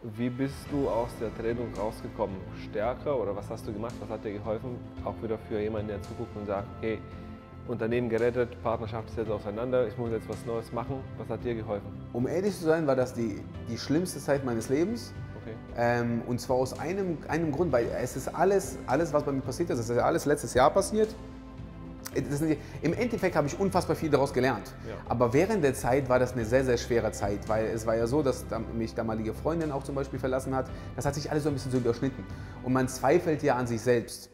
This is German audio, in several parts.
Wie bist du aus der Trennung rausgekommen? Stärker oder was hast du gemacht? Was hat dir geholfen? Auch wieder für jemanden, der zuguckt und sagt, okay, Unternehmen gerettet, Partnerschaft ist jetzt auseinander, ich muss jetzt was Neues machen. Was hat dir geholfen? Um ehrlich zu sein, war das die schlimmste Zeit meines Lebens. Okay. Und zwar aus einem Grund, weil es ist alles, was bei mir passiert ist, das ist ja alles letztes Jahr passiert. Im Endeffekt habe ich unfassbar viel daraus gelernt. Ja. Aber während der Zeit war das eine sehr, sehr schwere Zeit, weil es war ja so, dass mich damalige Freundin auch zum Beispiel verlassen hat. Das hat sich alles so ein bisschen so überschnitten. Und man zweifelt ja an sich selbst.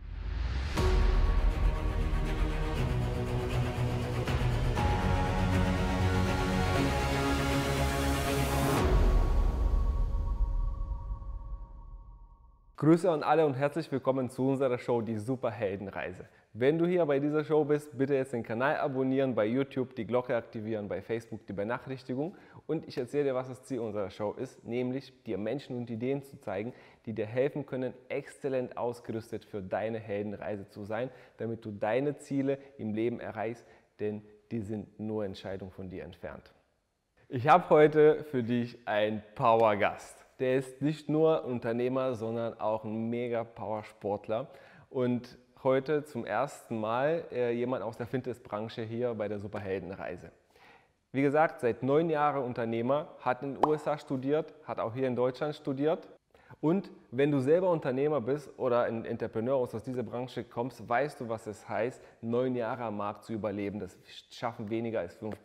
Grüße an alle und herzlich willkommen zu unserer Show Die Superheldenreise. Wenn du hier bei dieser Show bist, bitte jetzt den Kanal abonnieren, bei YouTube die Glocke aktivieren, bei Facebook die Benachrichtigung und ich erzähle dir, was das Ziel unserer Show ist, nämlich dir Menschen und Ideen zu zeigen, die dir helfen können, exzellent ausgerüstet für deine Heldenreise zu sein, damit du deine Ziele im Leben erreichst, denn die sind nur Entscheidungen von dir entfernt. Ich habe heute für dich einen Powergast. Der ist nicht nur Unternehmer, sondern auch ein mega Powersportler. Und heute zum ersten Mal jemand aus der Fitnessbranche hier bei der Superheldenreise. Wie gesagt, seit 9 Jahren Unternehmer, hat in den USA studiert, hat auch hier in Deutschland studiert. Und wenn du selber Unternehmer bist oder ein Entrepreneur aus dieser Branche kommst, weißt du, was es heißt, 9 Jahre am Markt zu überleben. Das schaffen weniger als 5%.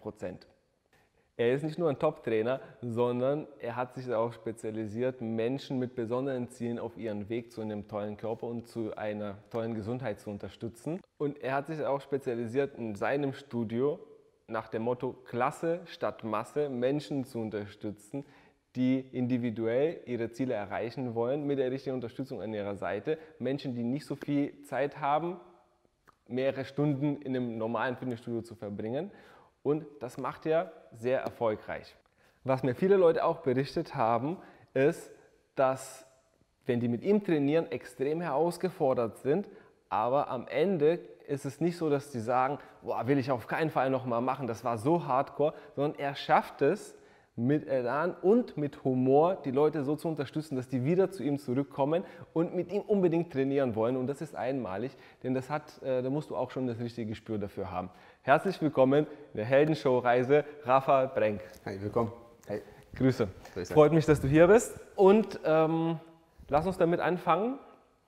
Er ist nicht nur ein Top-Trainer, sondern er hat sich auch spezialisiert, Menschen mit besonderen Zielen auf ihren Weg zu einem tollen Körper und zu einer tollen Gesundheit zu unterstützen. Und er hat sich auch spezialisiert in seinem Studio nach dem Motto Klasse statt Masse Menschen zu unterstützen, die individuell ihre Ziele erreichen wollen, mit der richtigen Unterstützung an ihrer Seite. Menschen, die nicht so viel Zeit haben, mehrere Stunden in einem normalen Fitnessstudio zu verbringen. Und das macht er sehr erfolgreich. Was mir viele Leute auch berichtet haben, ist, dass, wenn die mit ihm trainieren, extrem herausgefordert sind. Aber am Ende ist es nicht so, dass die sagen, boah, will ich auf keinen Fall nochmal machen, das war so hardcore, sondern er schafft es, mit Elan und mit Humor die Leute so zu unterstützen, dass die wieder zu ihm zurückkommen und mit ihm unbedingt trainieren wollen. Und das ist einmalig, denn da musst du auch schon das richtige Gespür dafür haben. Herzlich willkommen in der Heldenshow-Reise, Rafa Brenk. Hey, willkommen. Hey. Grüße. Freut mich, dass du hier bist. Und lass uns damit anfangen.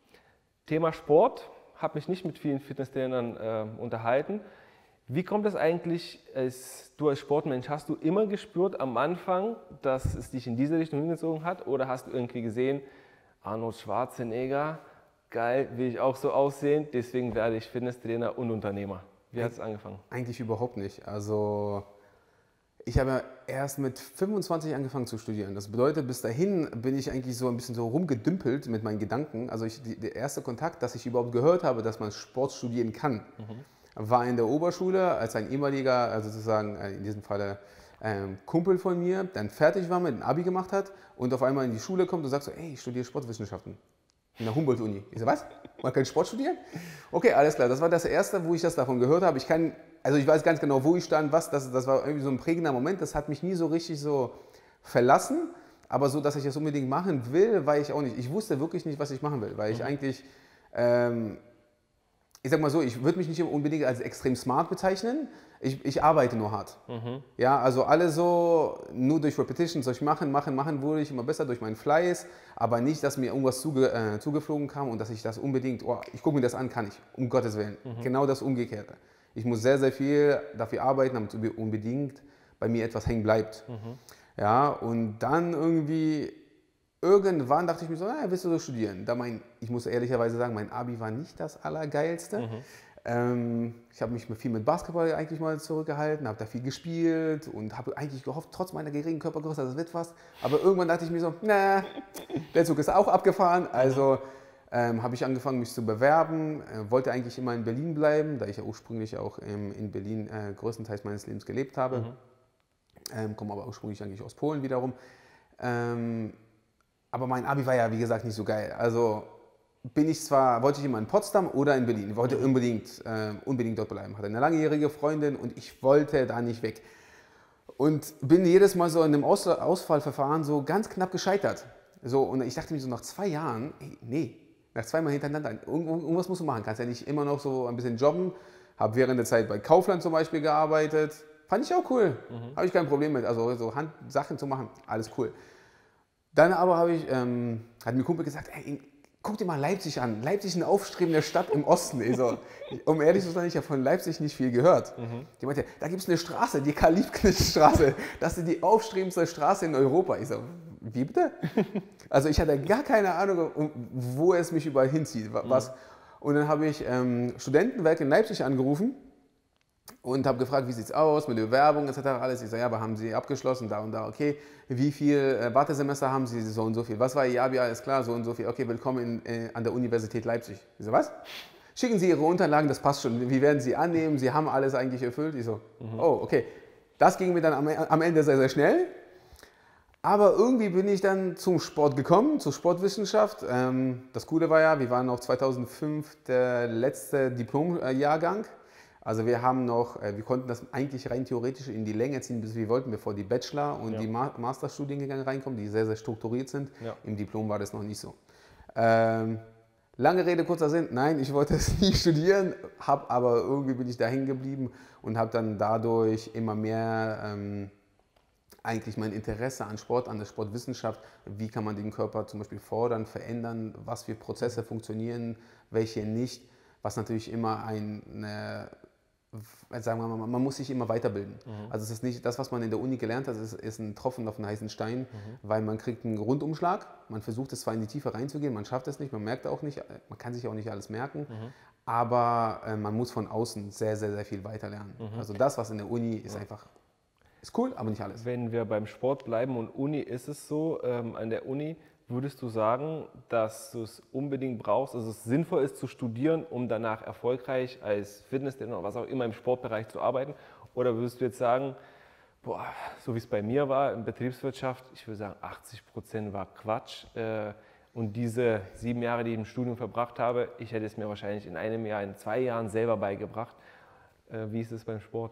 Thema Sport. Habe mich nicht mit vielen Fitnesstrainern unterhalten. Wie kommt es eigentlich, du als Sportmensch, hast du immer gespürt am Anfang, dass es dich in diese Richtung hingezogen hat? Oder hast du irgendwie gesehen, Arnold Schwarzenegger, geil, will ich auch so aussehen, deswegen werde ich Fitnesstrainer und Unternehmer? Wie hat es angefangen? Eigentlich überhaupt nicht. Also ich habe erst mit 25 angefangen zu studieren. Das bedeutet, bis dahin bin ich eigentlich so ein bisschen so rumgedümpelt mit meinen Gedanken. Also der erste Kontakt, dass ich überhaupt gehört habe, dass man Sport studieren kann, war in der Oberschule, als ein ehemaliger, also sozusagen in diesem Fall Kumpel von mir, dann fertig war, mit einem Abi gemacht hat und auf einmal in die Schule kommt und sagt so, ey, ich studiere Sportwissenschaften in der Humboldt-Uni. Ich so, was? Man kann Sport studieren? Okay, alles klar. Das war das Erste, wo ich das davon gehört habe. Ich weiß ganz genau, wo ich stand, das war irgendwie so ein prägender Moment. Das hat mich nie so richtig so verlassen, aber so, dass ich das unbedingt machen will, war ich auch nicht. Ich wusste wirklich nicht, was ich machen will, weil ich eigentlich ich sag mal so, ich würde mich nicht unbedingt als extrem smart bezeichnen. Ich arbeite nur hart. Ja, also alle so, nur durch Repetitions, durch machen, wurde ich immer besser durch meinen Fleiß, aber nicht, dass mir irgendwas zugeflogen kam und dass ich das unbedingt, oh, ich gucke mir das an, kann ich, um Gottes Willen. Genau das Umgekehrte. Ich muss sehr, sehr viel dafür arbeiten, damit unbedingt bei mir etwas hängen bleibt. Ja, und dann irgendwann dachte ich mir so, naja, willst du so studieren? Ich muss ehrlicherweise sagen, mein Abi war nicht das Allergeilste. Ich habe mich viel mit Basketball eigentlich mal zurückgehalten, habe da viel gespielt und habe eigentlich gehofft, trotz meiner geringen Körpergröße, das wird was. Aber irgendwann dachte ich mir so, na, der Zug ist auch abgefahren. Also habe ich angefangen, mich zu bewerben, wollte eigentlich immer in Berlin bleiben, da ich ja ursprünglich auch in Berlin größtenteils meines Lebens gelebt habe. Komme aber ursprünglich eigentlich aus Polen wiederum. Aber mein Abi war ja, wie gesagt, nicht so geil. Also wollte ich immer in Potsdam oder in Berlin. Ich wollte unbedingt dort bleiben. Hatte eine langjährige Freundin und ich wollte da nicht weg. Und bin jedes Mal so in einem Auswahlverfahren so ganz knapp gescheitert. So, und ich dachte mir so nach 2 Jahren, ey, nee, nach 2 Mal hintereinander, irgendwas musst du machen. Kannst ja nicht immer noch so ein bisschen jobben. Habe während der Zeit bei Kaufland zum Beispiel gearbeitet. Fand ich auch cool. Habe ich kein Problem mit. Also so Handsachen zu machen, alles cool. Dann aber hat mir ein Kumpel gesagt, ey, guck dir mal Leipzig an. Leipzig ist eine aufstrebende Stadt im Osten. Ich so, um ehrlich zu sein, ich habe von Leipzig nicht viel gehört. Die meinte, da gibt es eine Straße, die Karl-Liebknecht-Straße. Das ist die aufstrebendste Straße in Europa. Ich so, wie bitte? Also ich hatte gar keine Ahnung, wo es mich überall hinzieht. Was. Und dann habe ich Studentenwerk in Leipzig angerufen und habe gefragt, wie sieht es aus mit der Bewerbung etc. Alles. Ich so, ja, aber haben Sie abgeschlossen, da und da, okay. Wie viel Wartesemester haben Sie? So und so viel. Was war Ihr Abi? Alles klar, so und so viel. Okay, willkommen an der Universität Leipzig. Ich so, was? Schicken Sie Ihre Unterlagen, das passt schon. Wir werden Sie annehmen, Sie haben alles eigentlich erfüllt. Ich so, oh, okay. Das ging mir dann am Ende sehr, sehr schnell. Aber irgendwie bin ich dann zum Sport gekommen, zur Sportwissenschaft. Das Coole war ja, wir waren noch 2005 der letzte Diplomjahrgang. Also wir konnten das eigentlich rein theoretisch in die Länge ziehen, bis wir wollten, bevor die Bachelor- und die Masterstudiengänge reinkommen, die sehr, sehr strukturiert sind. Ja. Im Diplom war das noch nicht so. Lange Rede, kurzer Sinn. Nein, ich wollte es nie studieren, aber irgendwie bin ich da hängen geblieben und habe dann dadurch immer mehr eigentlich mein Interesse an Sport, an der Sportwissenschaft, wie kann man den Körper zum Beispiel fordern, verändern, was für Prozesse funktionieren, welche nicht, was natürlich immer sagen wir mal, man muss sich immer weiterbilden. Also es ist nicht das, was man in der Uni gelernt hat, ist ein Tropfen auf einen heißen Stein, weil man kriegt einen Rundumschlag, man versucht es zwar in die Tiefe reinzugehen, man schafft es nicht, man merkt auch nicht, man kann sich auch nicht alles merken, aber man muss von außen sehr, sehr, sehr viel weiter lernen. Also das, was in der Uni ist ist cool, aber nicht alles. Wenn wir beim Sport bleiben und Uni, ist es so, an der Uni würdest du sagen, dass du es unbedingt brauchst, dass es sinnvoll ist zu studieren, um danach erfolgreich als Fitnesstrainer oder was auch immer im Sportbereich zu arbeiten? Oder würdest du jetzt sagen, boah, so wie es bei mir war in Betriebswirtschaft, ich würde sagen 80% war Quatsch und diese 7 Jahre, die ich im Studium verbracht habe, ich hätte es mir wahrscheinlich in einem Jahr, in 2 Jahren selber beigebracht. Wie ist es beim Sport?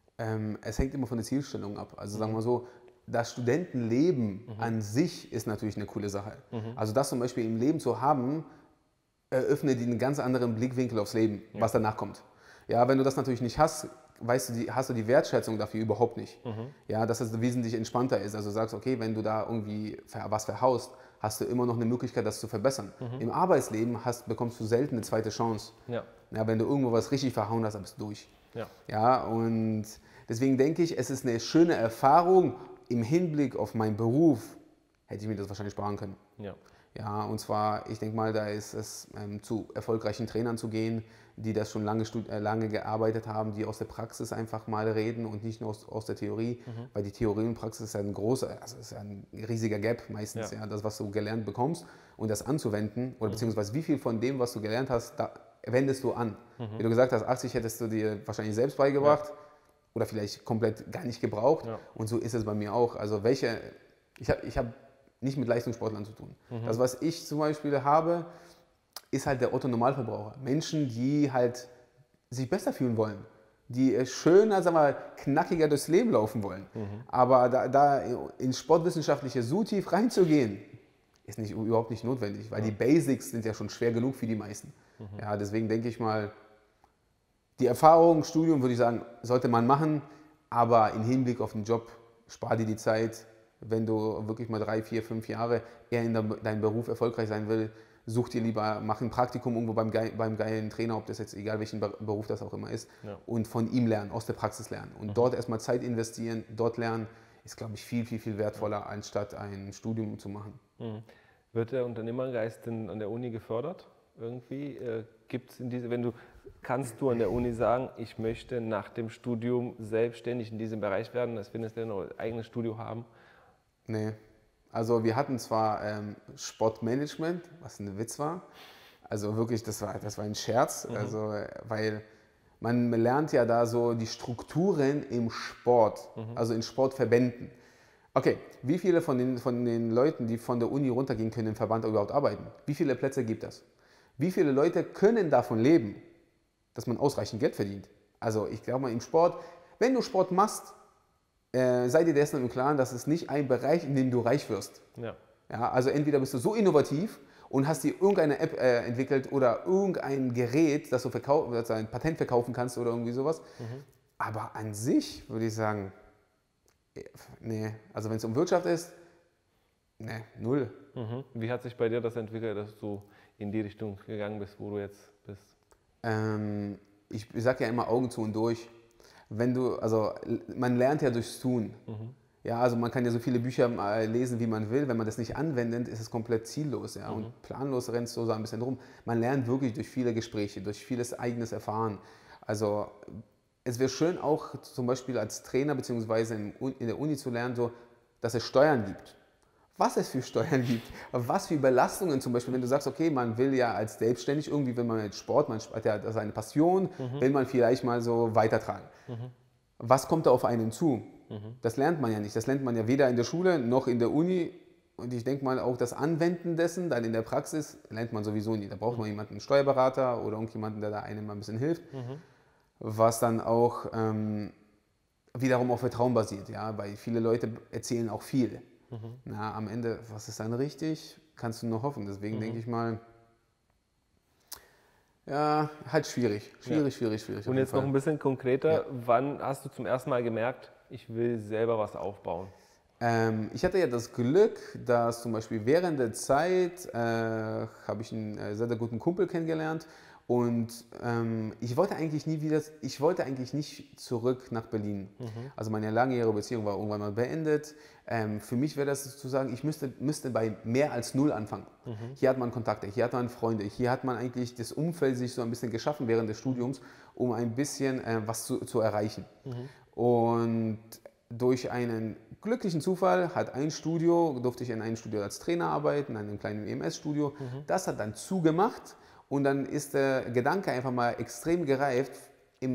Es hängt immer von der Zielstellung ab. Also sagen wir so, das Studentenleben an sich ist natürlich eine coole Sache. Also das zum Beispiel im Leben zu haben, eröffnet dir einen ganz anderen Blickwinkel aufs Leben, was danach kommt. Ja, wenn du das natürlich nicht hast, hast du die Wertschätzung dafür überhaupt nicht. Ja, dass es wesentlich entspannter ist. Also du sagst, okay, wenn du da irgendwie was verhaust, hast du immer noch eine Möglichkeit, das zu verbessern. Im Arbeitsleben bekommst du selten eine zweite Chance. Ja, wenn du irgendwo was richtig verhauen hast, dann bist du durch. Ja, und deswegen denke ich, es ist eine schöne Erfahrung. Im Hinblick auf meinen Beruf hätte ich mir das wahrscheinlich sparen können. Ja, und zwar, ich denke mal, da ist es zu erfolgreichen Trainern zu gehen, die das schon lange gearbeitet haben, die aus der Praxis einfach mal reden und nicht nur aus der Theorie, weil die Theorie und Praxis ist ja ist ja ein riesiger Gap meistens, das, was du gelernt bekommst und das anzuwenden oder beziehungsweise wie viel von dem, was du gelernt hast, da wendest du an. Wie du gesagt hast, 80 hättest du dir wahrscheinlich selbst beigebracht oder vielleicht komplett gar nicht gebraucht und so ist es bei mir auch. Also ich habe nicht mit Leistungssportlern zu tun. Das, was ich zum Beispiel habe, ist halt der Otto-Normalverbraucher. Menschen, die halt sich besser fühlen wollen, die schöner, sagen wir mal, knackiger durchs Leben laufen wollen. Aber da ins Sportwissenschaftliche so tief reinzugehen, ist überhaupt nicht notwendig, weil die Basics sind ja schon schwer genug für die meisten. Ja, deswegen denke ich mal, die Erfahrung, Studium würde ich sagen, sollte man machen, aber im Hinblick auf den Job, spar dir die Zeit. Wenn du wirklich mal 3, 4, 5 Jahre eher in deinem Beruf erfolgreich sein willst, such dir lieber, mach ein Praktikum irgendwo beim geilen Trainer, ob das jetzt egal welchen Beruf das auch immer ist, und von ihm lernen, aus der Praxis lernen. Und dort erstmal Zeit investieren, dort lernen, ist, glaube ich, viel, viel, viel wertvoller, anstatt ein Studium zu machen. Wird der Unternehmergeist denn an der Uni gefördert? Irgendwie gibt es kannst du an der Uni sagen, ich möchte nach dem Studium selbstständig in diesem Bereich werden, als Fitnesstrainer oder ein eigenes Studio haben? Nee. Also wir hatten zwar Sportmanagement, was ein Witz war. Also wirklich, das war ein Scherz. Also, weil man lernt ja da so die Strukturen im Sport, also in Sportverbänden. Okay, wie viele von den Leuten, die von der Uni runtergehen, können im Verband überhaupt arbeiten? Wie viele Plätze gibt es? Wie viele Leute können davon leben, dass man ausreichend Geld verdient? Also ich glaube mal im Sport, wenn du Sport machst, sei dir dessen im Klaren, dass es nicht ein Bereich, in dem du reich wirst. Ja. Ja, also entweder bist du so innovativ und hast dir irgendeine App entwickelt oder irgendein Gerät, das du ein Patent verkaufen kannst oder irgendwie sowas. Aber an sich würde ich sagen, nee, also wenn es um Wirtschaft ist, nee, null. Wie hat sich bei dir das entwickelt, dass du in die Richtung gegangen bist, wo du jetzt bist? Ich sage ja immer Augen zu und durch. Also man lernt ja durchs Tun. Ja, also man kann ja so viele Bücher lesen, wie man will. Wenn man das nicht anwendet, ist es komplett ziellos. Ja? Und planlos rennst du so ein bisschen rum. Man lernt wirklich durch viele Gespräche, durch vieles eigenes Erfahren. Also es wäre schön auch zum Beispiel als Trainer bzw. in der Uni zu lernen, so, dass es Steuern gibt. Was es für Steuern gibt, was für Belastungen zum Beispiel, wenn du sagst, okay, man will ja als selbstständig irgendwie, wenn man mit Sport, man hat ja seine Passion, will man vielleicht mal so weitertragen. Was kommt da auf einen zu? Das lernt man ja nicht. Das lernt man ja weder in der Schule noch in der Uni. Und ich denke mal, auch das Anwenden dessen, dann in der Praxis, lernt man sowieso nie. Da braucht man jemanden, einen Steuerberater oder irgendjemanden, der da einem mal ein bisschen hilft. Was dann auch wiederum auf Vertrauen basiert. Ja? Weil viele Leute erzählen auch viel. Na, am Ende, was ist dann richtig, kannst du nur hoffen. Deswegen denke ich mal, ja, halt schwierig. Schwierig. Und jetzt noch ein bisschen konkreter, wann hast du zum ersten Mal gemerkt, ich will selber was aufbauen? Ich hatte ja das Glück, dass zum Beispiel während der Zeit habe ich einen sehr, sehr guten Kumpel kennengelernt und ich wollte eigentlich nicht zurück nach Berlin. Also meine langjährige Beziehung war irgendwann mal beendet. Für mich wäre das sozusagen, ich müsste bei mehr als null anfangen. Hier hat man Kontakte, hier hat man Freunde, hier hat man eigentlich das Umfeld sich so ein bisschen geschaffen während des Studiums, um ein bisschen was zu erreichen. Und durch einen glücklichen Zufall durfte ich in einem Studio als Trainer arbeiten, in einem kleinen EMS-Studio. Das hat dann zugemacht und dann ist der Gedanke einfach mal extrem gereift. Im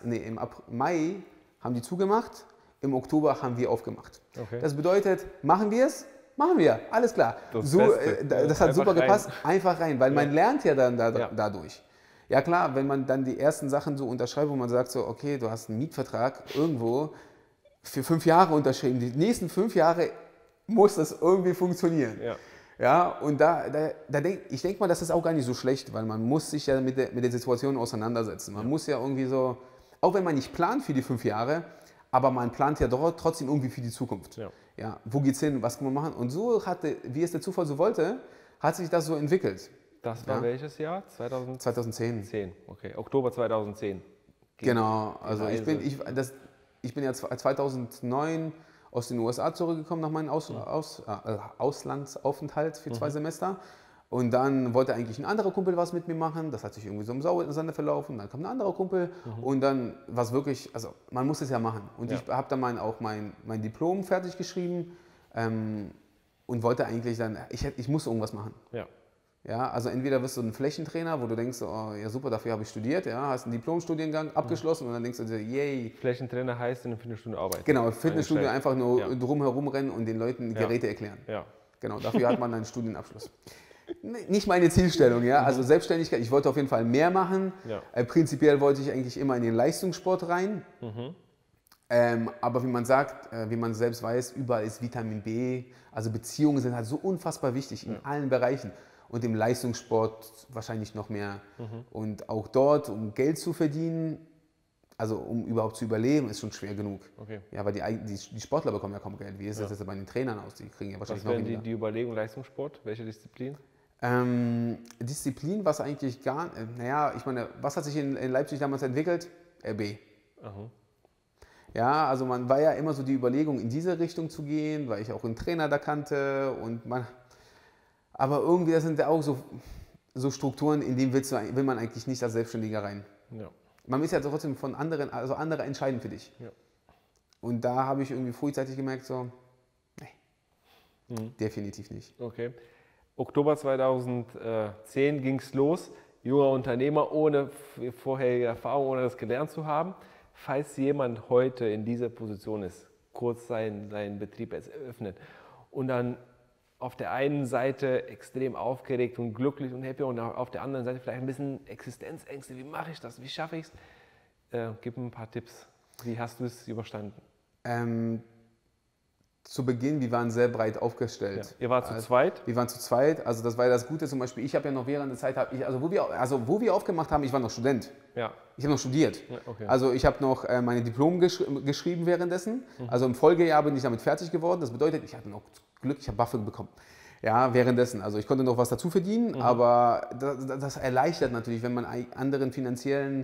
Mai haben die zugemacht, im Oktober haben wir aufgemacht. Okay. Das bedeutet, machen wir es? Machen wir, alles klar. Das hat super gepasst, einfach rein, weil man lernt ja dann dadurch. Ja klar, wenn man dann die ersten Sachen so unterschreibt, wo man sagt so, okay, du hast einen Mietvertrag irgendwo für 5 Jahre unterschrieben, die nächsten 5 Jahre muss das irgendwie funktionieren. Ja, und ich denke mal, das ist auch gar nicht so schlecht, weil man muss sich ja mit der Situation auseinandersetzen. Man muss ja irgendwie so, auch wenn man nicht plant für die 5 Jahre, aber man plant ja trotzdem irgendwie für die Zukunft. Ja, wo geht's hin, was kann man machen? Und so wie es der Zufall so wollte, hat sich das so entwickelt. Das war welches Jahr? 2010. 10, okay. Oktober 2010. Genau, also ich bin ja 2009 aus den USA zurückgekommen nach meinem Auslandsaufenthalt für 2 Semester. Und dann wollte eigentlich ein anderer Kumpel was mit mir machen. Das hat sich irgendwie so im Sande verlaufen. Dann kam ein anderer Kumpel und dann war es wirklich, also man muss es ja machen. Und ich habe dann auch mein Diplom fertig geschrieben und wollte eigentlich dann, ich muss irgendwas machen. Ja, also entweder wirst du ein Flächentrainer, wo du denkst, oh, ja super, dafür habe ich studiert, ja, hast einen Diplomstudiengang abgeschlossen und dann denkst du dir, yay. Flächentrainer heißt in einem Fitnessstudio arbeiten. Genau, Fitnessstudio einfach nur drumherum rennen und den Leuten Geräte erklären. Genau, dafür hat man einen Studienabschluss. Nicht meine Zielstellung, ja, also Selbstständigkeit, ich wollte auf jeden Fall mehr machen. Prinzipiell wollte ich eigentlich immer in den Leistungssport rein. Aber wie man sagt, wie man selbst weiß, überall ist Vitamin B, also Beziehungen sind halt so unfassbar wichtig in allen Bereichen. Und im Leistungssport wahrscheinlich noch mehr. Und auch dort, um Geld zu verdienen, also um überhaupt zu überleben, ist schon schwer genug. Ja, weil die Sportler bekommen ja kaum Geld. Wie ist das jetzt bei den Trainern aus? Die kriegen ja wahrscheinlich noch weniger. Die Überlegung Leistungssport? Welche Disziplin? Disziplin, was eigentlich ich meine, was hat sich in Leipzig damals entwickelt? RB. Ja, also man war ja immer so die Überlegung, in diese Richtung zu gehen, weil ich auch einen Trainer da kannte und aber irgendwie, das sind ja auch so Strukturen, in denen will man eigentlich nicht als Selbstständiger rein. Man ist ja trotzdem von anderen, also andere entscheiden für dich. Und da habe ich irgendwie frühzeitig gemerkt, so, nee, definitiv nicht. Okay. Oktober 2010 ging es los. Junger Unternehmer ohne vorherige Erfahrung, ohne das gelernt zu haben. Falls jemand heute in dieser Position ist, kurz seinen Betrieb eröffnet und dann auf der einen Seite extrem aufgeregt und glücklich und happy und auf der anderen Seite vielleicht ein bisschen Existenzängste. Wie mache ich das? Wie schaffe ich es? Gib mir ein paar Tipps. Wie hast du es überstanden? Zu Beginn, wir waren sehr breit aufgestellt. Ja. Ihr wart zu zweit? Wir waren zu zweit, also das war ja das Gute zum Beispiel. Ich habe ja noch während der Zeit, wo wir aufgemacht haben, ich war noch Student. Ja. Ich habe noch studiert. Ja, okay. Also ich habe noch meine Diplom geschrieben währenddessen. Also im Folgejahr bin ich damit fertig geworden. Das bedeutet, ich hatte noch Glück, ich habe BAföG bekommen. Ja, währenddessen. Also ich konnte noch was dazu verdienen, aber das erleichtert natürlich, wenn man einen anderen finanziellen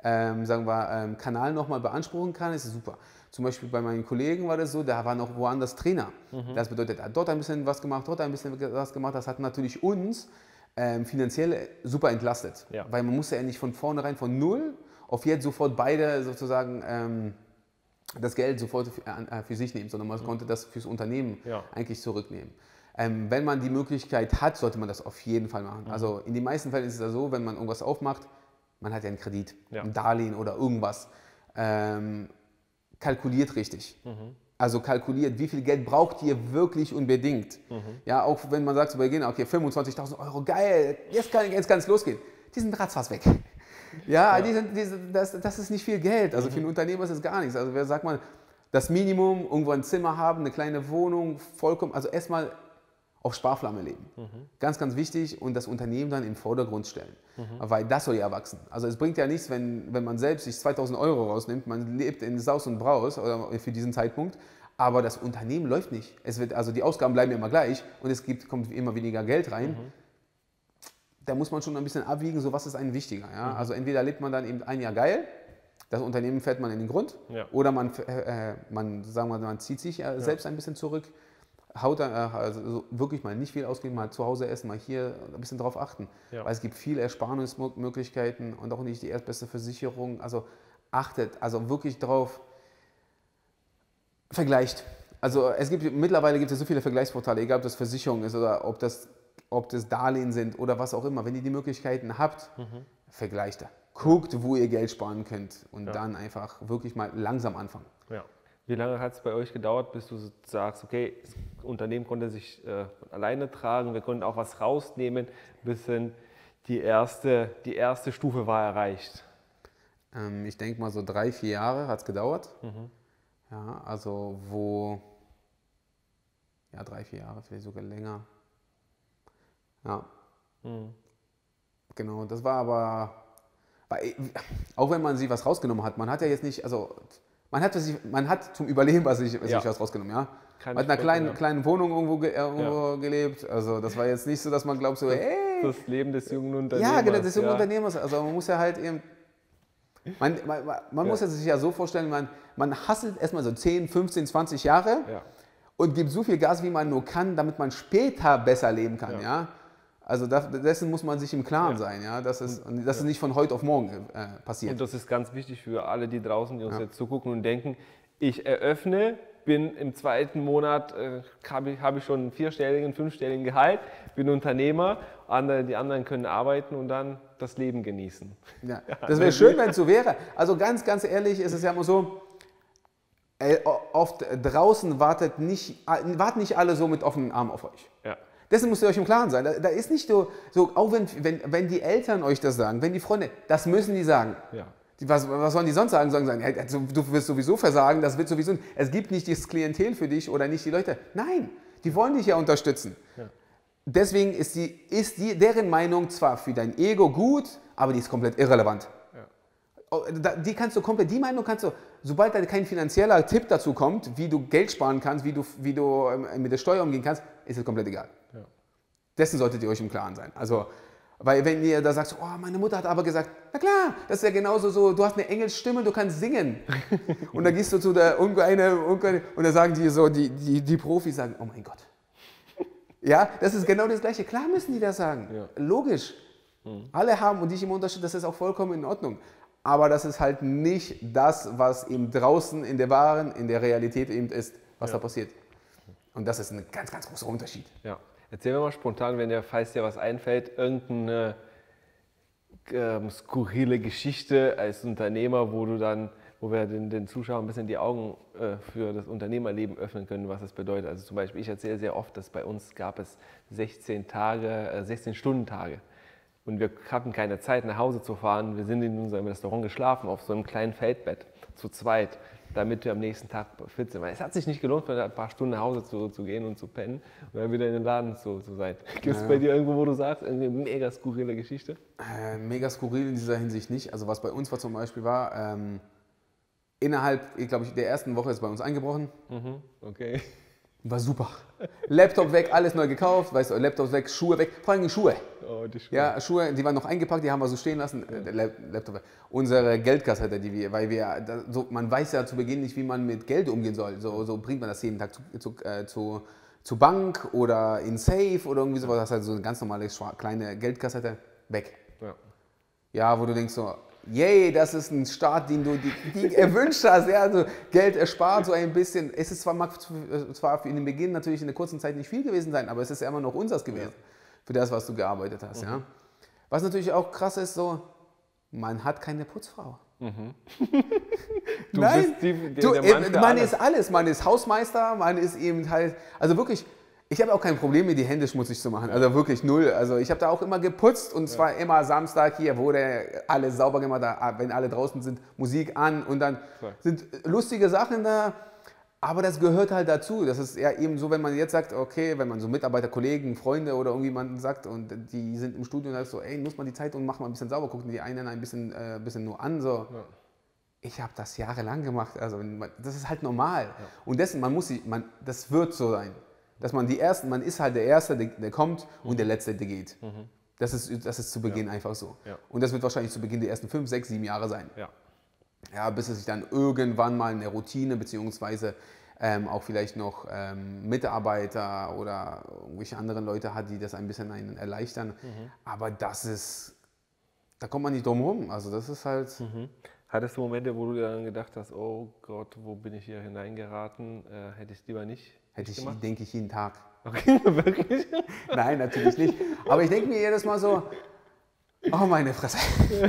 Kanal nochmal beanspruchen kann, ist es super. Zum Beispiel bei meinen Kollegen war das so, da war noch woanders Trainer. Das bedeutet, er hat dort ein bisschen was gemacht, dort ein bisschen was gemacht. Das hat natürlich uns finanziell super entlastet. Ja. Weil man musste ja nicht von vornherein von null auf jetzt sofort beide sozusagen das Geld sofort für sich nehmen, sondern man konnte das fürs Unternehmen eigentlich zurücknehmen. Wenn man die Möglichkeit hat, sollte man das auf jeden Fall machen. Also in den meisten Fällen ist es ja so, wenn man irgendwas aufmacht, man hat ja einen Kredit, ein Darlehen oder irgendwas. Kalkuliert richtig. Also kalkuliert, wie viel Geld braucht ihr wirklich unbedingt. Ja, auch wenn man sagt zu Beginn, okay, 25.000 Euro, geil, jetzt kann es losgehen. Die sind ratzfatz weg. Ja, das ist nicht viel Geld. Also für einen Unternehmer ist es gar nichts. Also wer sagt mal, das Minimum, irgendwo ein Zimmer haben, eine kleine Wohnung, vollkommen, also erstmal auf Sparflamme leben. Ganz, ganz wichtig und das Unternehmen dann im Vordergrund stellen, weil das soll ja wachsen. Also es bringt ja nichts, wenn man selbst sich 2.000 Euro rausnimmt, man lebt in Saus und Braus oder für diesen Zeitpunkt, aber das Unternehmen läuft nicht. Also die Ausgaben bleiben immer gleich und kommt immer weniger Geld rein. Da muss man schon ein bisschen abwiegen, so was ist einem wichtiger. Ja? Also entweder lebt man dann eben ein Jahr geil, das Unternehmen fährt man in den Grund, oder man zieht sich selbst ein bisschen zurück, also wirklich mal nicht viel ausgeben, mal zu Hause essen, mal hier ein bisschen drauf achten. Weil es gibt viele Ersparnismöglichkeiten und auch nicht die erstbeste Versicherung. Also achtet, also wirklich drauf, vergleicht. Also mittlerweile gibt es so viele Vergleichsportale, egal ob das Versicherung ist oder ob das Darlehen sind oder was auch immer. Wenn ihr die Möglichkeiten habt, vergleicht. Guckt, wo ihr Geld sparen könnt und dann einfach wirklich mal langsam anfangen. Ja. Wie lange hat es bei euch gedauert, bis du sagst, okay, das Unternehmen konnte sich alleine tragen, wir konnten auch was rausnehmen, bis die erste Stufe war erreicht? Ich denke mal so 3-4 Jahre hat es gedauert. Ja, also 3-4 Jahre, vielleicht sogar länger. Ja. Genau, das war aber, auch wenn man sich was rausgenommen hat, man hat ja jetzt nicht, also man hat zum Überleben sich was rausgenommen, ja. Man hat in einer kleinen Wohnung irgendwo gelebt, also das war jetzt nicht so, dass man glaubt so, ey. Das Leben des jungen Unternehmers. Ja, genau, des jungen Unternehmers, also man muss ja halt eben, man muss sich ja so vorstellen, man hustelt erstmal so 10, 15, 20 Jahre und gibt so viel Gas, wie man nur kann, damit man später besser leben kann, ja. Also dessen muss man sich im Klaren sein, ja, dass es nicht von heute auf morgen passiert. Und das ist ganz wichtig für alle, die draußen, die uns jetzt zugucken und denken, ich eröffne, bin im 2. Monat, habe ich schon einen 4-stelligen, 5-stelligen Gehalt, bin Unternehmer, die anderen können arbeiten und dann das Leben genießen. Ja, das wäre schön, wenn es so wäre. Also ganz, ganz ehrlich ist es ja immer so, oft draußen warten nicht alle so mit offenen Armen auf euch. Ja. Dessen müsst ihr euch im Klaren sein. Da ist nicht so auch wenn die Eltern euch das sagen, wenn die Freunde, das müssen die sagen. Ja. Was sollen die sonst sagen? Sagen, hey, du wirst sowieso versagen, das wird sowieso. Es gibt nicht das Klientel für dich oder nicht die Leute. Nein, die wollen dich ja unterstützen. Ja. Deswegen ist deren Meinung zwar für dein Ego gut, aber die ist komplett irrelevant. Ja. Die Meinung kannst du, sobald da kein finanzieller Tipp dazu kommt, wie du Geld sparen kannst, wie du mit der Steuer umgehen kannst, ist es komplett egal. Ja. Dessen solltet ihr euch im Klaren sein. Also, weil wenn ihr da sagt, oh, meine Mutter hat aber gesagt, na klar, das ist ja genauso so, du hast eine Engelsstimme, du kannst singen. Und dann gehst du zu der und da sagen die so, die Profis sagen, oh mein Gott. Ja, das ist genau das Gleiche. Klar müssen die das sagen. Ja. Logisch. Alle haben und dich im Unterschied, das ist auch vollkommen in Ordnung. Aber das ist halt nicht das, was eben draußen in der Realität eben ist, was da passiert. Und das ist ein ganz, ganz großer Unterschied. Ja. Erzähl mir mal spontan, falls dir was einfällt, irgendeine skurrile Geschichte als Unternehmer, wo wir den Zuschauern ein bisschen die Augen für das Unternehmerleben öffnen können, was das bedeutet. Also zum Beispiel, ich erzähle sehr oft, dass bei uns gab es 16-Stunden-Tage. Und wir hatten keine Zeit, nach Hause zu fahren. Wir sind in unserem Restaurant geschlafen, auf so einem kleinen Feldbett, zu zweit. damit wir am nächsten Tag fit sind. Weil es hat sich nicht gelohnt, für ein paar Stunden nach Hause zu gehen und zu pennen und dann wieder in den Laden zu sein. Gibt es bei dir irgendwo, wo du sagst, irgendwie mega skurrile Geschichte? Mega skurril in dieser Hinsicht nicht. Also was bei uns war zum Beispiel war, innerhalb, glaube ich, der ersten Woche ist bei uns eingebrochen. Okay. War super. Laptop weg, alles neu gekauft, weißt du, Laptop weg, Schuhe weg, vor allem die Schuhe. Oh, die Schuhe. Ja, Schuhe, die waren noch eingepackt, die haben wir so stehen lassen. Laptop weg. Unsere Geldkassette, weil man weiß ja zu Beginn nicht, wie man mit Geld umgehen soll. So bringt man das jeden Tag zur Bank oder in Safe oder irgendwie sowas. Das ist halt so eine ganz normale kleine Geldkassette weg. Ja, wo du denkst so, yay, das ist ein Start, den du dir erwünscht hast. Ja, also Geld erspart so ein bisschen. Es ist zwar für den Beginn natürlich in der kurzen Zeit nicht viel gewesen sein, aber es ist ja immer noch unseres gewesen, für das, was du gearbeitet hast. Ja. Was natürlich auch krass ist, so, man hat keine Putzfrau. Nein, man ist alles. Man ist Hausmeister, man ist eben halt, also wirklich, ich habe auch kein Problem, mir die Hände schmutzig zu machen, also wirklich null. Also ich habe da auch immer geputzt und zwar immer Samstag hier, wurde alles sauber gemacht, wenn alle draußen sind, Musik an und dann sind lustige Sachen da, aber das gehört halt dazu. Das ist ja eben so, wenn man jetzt sagt, okay, wenn man so Mitarbeiter, Kollegen, Freunde oder irgendjemanden sagt und die sind im Studio und sagt so, ey, nutzt mal die Zeit und mach mal ein bisschen sauber, gucken die einen ein bisschen nur an, so. Ja. Ich habe das jahrelang gemacht, also das ist halt normal. Ja. Und dessen, das wird so sein. Dass man ist halt der Erste, der kommt und der Letzte, der geht. Das ist zu Beginn einfach so. Ja. Und das wird wahrscheinlich zu Beginn die ersten 5, 6, 7 Jahre sein. Ja, bis es sich dann irgendwann mal eine Routine beziehungsweise auch vielleicht noch Mitarbeiter oder irgendwelche anderen Leute hat, die das ein bisschen einen erleichtern. Aber da kommt man nicht drum rum. Also das ist halt... Hattest du Momente, wo du dir dann gedacht hast, oh Gott, wo bin ich hier hineingeraten? Hätte ich lieber nicht gemacht? Denke ich jeden Tag. Okay, wirklich? Nein, natürlich nicht. Aber ich denke mir jedes Mal so, oh meine Fresse.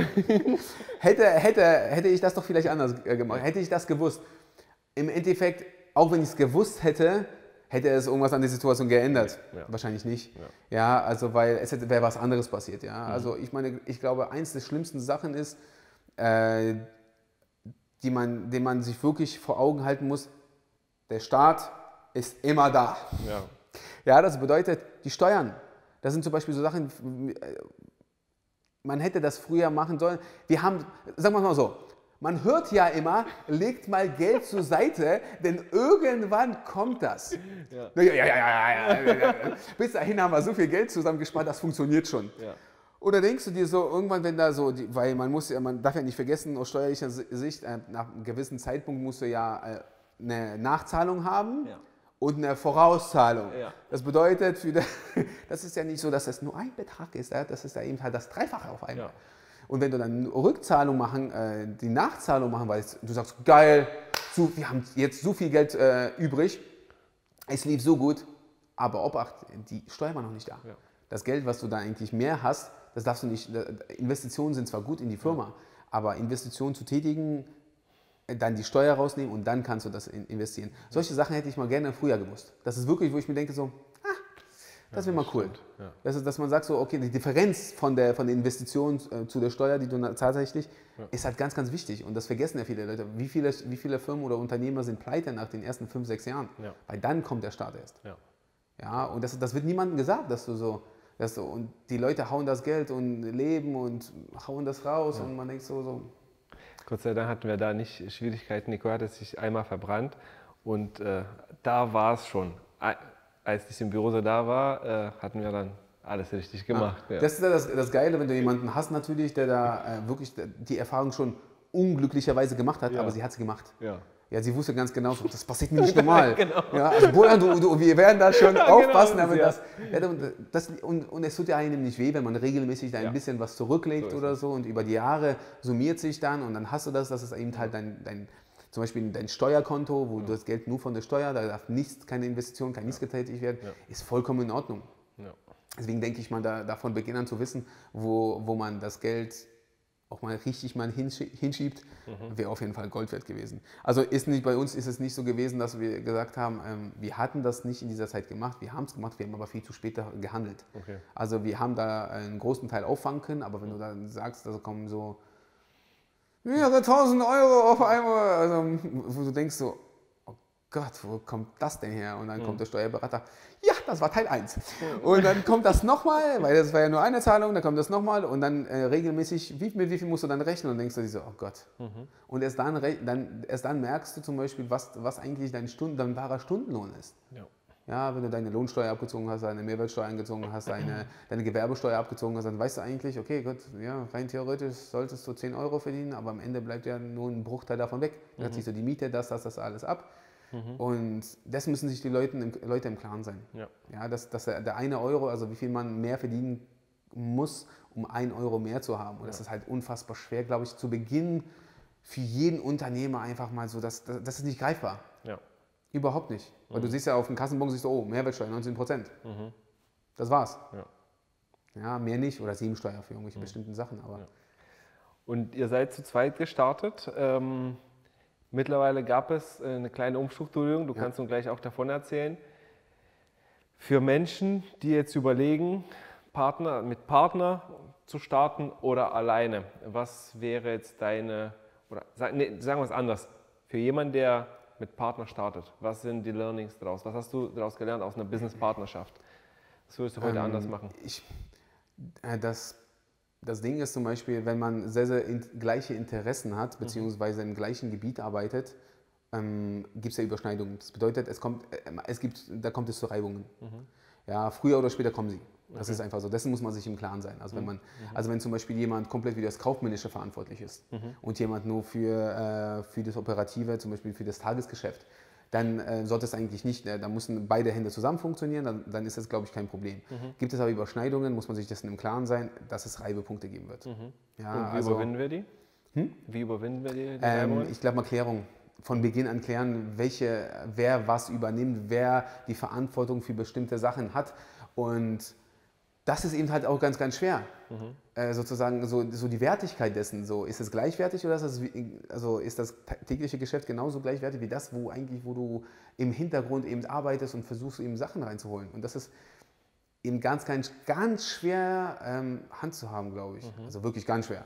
hätte ich das doch vielleicht anders gemacht. Hätte ich das gewusst. Im Endeffekt, auch wenn ich es gewusst hätte es irgendwas an der Situation geändert. Ja. Wahrscheinlich nicht. Ja, also weil es wäre was anderes passiert. Ja? Also ich meine, ich glaube, eins der schlimmsten Sachen ist, den man sich wirklich vor Augen halten muss, der Staat ist immer da. Ja, das bedeutet, die Steuern, das sind zum Beispiel so Sachen, man hätte das früher machen sollen. Sagen wir mal so, man hört ja immer, legt mal Geld zur Seite, denn irgendwann kommt das. Ja. Bis dahin haben wir so viel Geld zusammengespart, das funktioniert schon. Ja. Oder denkst du dir so, irgendwann, wenn da so, weil man darf ja nicht vergessen, aus steuerlicher Sicht, nach einem gewissen Zeitpunkt musst du ja eine Nachzahlung haben und eine Vorauszahlung. Ja. Das bedeutet, das ist ja nicht so, dass das nur ein Betrag ist, das ist ja eben halt das Dreifache auf einmal. Ja. Und wenn du dann Rückzahlung die Nachzahlung machen, weil du sagst, geil, wir haben jetzt so viel Geld übrig, es lief so gut, aber Obacht, die Steuer war noch nicht da. Ja. Das Geld, was du da eigentlich mehr hast, das darfst du nicht, Investitionen sind zwar gut in die Firma, aber Investitionen zu tätigen, dann die Steuer rausnehmen und dann kannst du das investieren. Solche Sachen hätte ich mal gerne früher gewusst. Das ist wirklich, wo ich mir denke so, das wäre mal cool. Ja. Dass man sagt so, okay, die Differenz von der Investition zu der Steuer, die du tatsächlich, ist halt ganz, ganz wichtig. Und das vergessen ja viele Leute. Wie viele Firmen oder Unternehmer sind pleite nach den ersten 5, 6 Jahren? Ja. Weil dann kommt der Staat erst. Ja, und das wird niemandem gesagt, und die Leute hauen das Geld und leben und hauen das raus und man denkt so. Gott sei Dank hatten wir da nicht Schwierigkeiten. Nico hat es sich einmal verbrannt und da war es schon. Als ich im Büro so da war, hatten wir dann alles richtig gemacht. Ja. Das ist das Geile, wenn du jemanden hast natürlich, der da wirklich die Erfahrung schon unglücklicherweise gemacht hat, aber sie hat sie gemacht. Ja, sie wusste ganz genau, das passiert mir nicht normal. Genau. Ja, also Bojan, wir werden da schon aufpassen, damit und es tut ja einem nicht weh, wenn man regelmäßig da ein bisschen was zurücklegt oder so und über die Jahre summiert sich dann und dann hast du das ist eben halt zum Beispiel dein Steuerkonto, wo du das Geld nur von der Steuer, da darf keine Investition, nichts getätigt werden, ist vollkommen in Ordnung. Ja. Deswegen denke ich mal, da von Beginn an zu wissen, wo man das Geld auch mal richtig hinschiebt, wäre auf jeden Fall Gold wert gewesen. Also bei uns ist es nicht so gewesen, dass wir gesagt haben, wir hatten das nicht in dieser Zeit gemacht, wir haben es gemacht, wir haben aber viel zu spät gehandelt. Okay. Also wir haben da einen großen Teil auffangen können, aber wenn du dann sagst, da kommen so mehrere 1000 Euro auf einmal. Also, wo du denkst so, oh Gott, wo kommt das denn her? Und dann kommt der Steuerberater, ja, das war Teil 1. Und dann kommt das nochmal, weil das war ja nur eine Zahlung, dann kommt das nochmal und dann regelmäßig, mit wie viel musst du dann rechnen? Und denkst du dir so, oh Gott. Und erst dann merkst du zum Beispiel, was eigentlich dein wahrer Stundenlohn ist. Ja. Ja, wenn du deine Lohnsteuer abgezogen hast, deine Mehrwertsteuer angezogen hast, deine Gewerbesteuer abgezogen hast, dann weißt du eigentlich, okay, gut, ja, rein theoretisch solltest du 10 Euro verdienen, aber am Ende bleibt ja nur ein Bruchteil davon weg. Dann ziehst du die Miete, das alles ab. Und das müssen sich die Leute im Klaren sein. Ja. Ja, dass der eine Euro, also wie viel man mehr verdienen muss, um 1 Euro mehr zu haben. Und das ist halt unfassbar schwer, glaube ich, zu Beginn für jeden Unternehmer einfach mal so, das ist nicht greifbar. Ja. Überhaupt nicht. Weil du siehst ja auf dem Kassenbon, siehst du, oh, Mehrwertsteuer 19%. Das war's. Ja. Ja, mehr nicht. Oder 7-Steuer für irgendwelche bestimmten Sachen. Aber Und ihr seid zu zweit gestartet. Mittlerweile gab es eine kleine Umstrukturierung. Du kannst uns gleich auch davon erzählen. Für Menschen, die jetzt überlegen, mit Partner zu starten oder alleine, was wäre jetzt sagen wir es anders, für jemanden, der mit Partner startet, was sind die Learnings daraus? Was hast du daraus gelernt aus einer Business-Partnerschaft? Was würdest du heute anders machen? Das Ding ist zum Beispiel, wenn man sehr gleiche Interessen hat, beziehungsweise im gleichen Gebiet arbeitet, gibt es ja Überschneidungen. Das bedeutet, da kommt es zu Reibungen. Ja, früher oder später kommen sie. Das ist einfach so. Dessen muss man sich im Klaren sein. Also wenn zum Beispiel jemand komplett für das Kaufmännische verantwortlich ist und jemand nur für das Operative, zum Beispiel für das Tagesgeschäft, dann sollte es eigentlich nicht, da müssen beide Hände zusammen funktionieren, dann ist das, glaube ich, kein Problem. Gibt es aber Überschneidungen, muss man sich dessen im Klaren sein, dass es Reibepunkte geben wird. Ja, und wie überwinden wir die? Wie überwinden wir die Reibungen? Ich glaube mal Klärung. Von Beginn an klären, wer was übernimmt, wer die Verantwortung für bestimmte Sachen hat. Und das ist eben halt auch ganz, ganz schwer. Sozusagen so die Wertigkeit dessen. So, ist es gleichwertig oder ist das tägliche Geschäft genauso gleichwertig wie das, wo du im Hintergrund eben arbeitest und versuchst eben Sachen reinzuholen. Und das ist eben ganz, ganz, ganz schwer Hand zu haben, glaube ich. Also wirklich ganz schwer.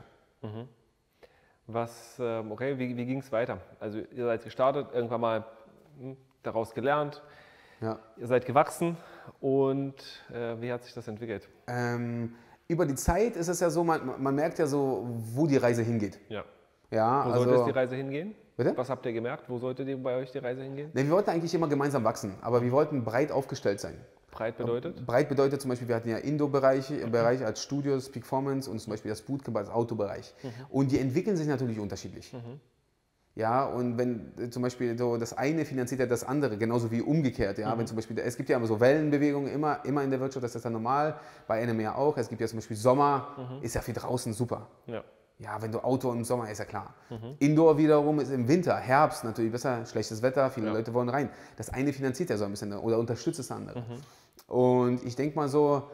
Wie ging es weiter? Also ihr seid gestartet, irgendwann mal daraus gelernt, ihr seid gewachsen und wie hat sich das entwickelt? Über die Zeit ist es ja so, man merkt ja so, wo die Reise hingeht. Ja, wo sollte es die Reise hingehen? Bitte? Was habt ihr gemerkt? Wo sollte bei euch die Reise hingehen? Ne, wir wollten eigentlich immer gemeinsam wachsen, aber wir wollten breit aufgestellt sein. Breit bedeutet? Breit bedeutet zum Beispiel, wir hatten ja Indoor-Bereich als Studios, Performance und zum Beispiel das Bootcamp als Autobereich. Und die entwickeln sich natürlich unterschiedlich. Ja, und wenn zum Beispiel so das eine finanziert ja das andere, genauso wie umgekehrt. Ja, wenn zum Beispiel, es gibt ja immer so Wellenbewegungen immer in der Wirtschaft, das ist ja normal, bei einem ja auch. Es gibt ja zum Beispiel Sommer, ist ja für draußen super. Ja, wenn du Auto im Sommer, ist ja klar. Indoor wiederum ist im Winter, Herbst natürlich besser, schlechtes Wetter, viele Leute wollen rein. Das eine finanziert ja so ein bisschen oder unterstützt das andere. Und ich denke mal so,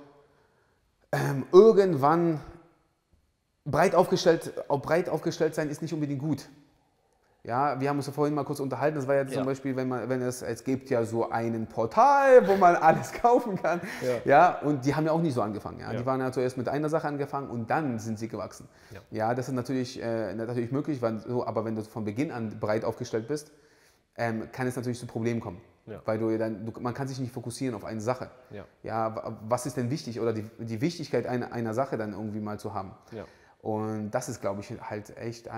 irgendwann breit aufgestellt sein ist nicht unbedingt gut. Ja, wir haben uns vorhin mal kurz unterhalten, das war ja zum Beispiel, es gibt ja so ein Portal, wo man alles kaufen kann. Ja, und die haben ja auch nicht so angefangen. Ja. Die waren ja zuerst mit einer Sache angefangen und dann sind sie gewachsen. Ja, das ist natürlich möglich, aber wenn du von Beginn an breit aufgestellt bist, kann es natürlich zu Problemen kommen. Weil man kann sich nicht fokussieren auf eine Sache. Ja, was ist denn wichtig oder die Wichtigkeit einer Sache dann irgendwie mal zu haben. Und das ist, glaube ich, halt echt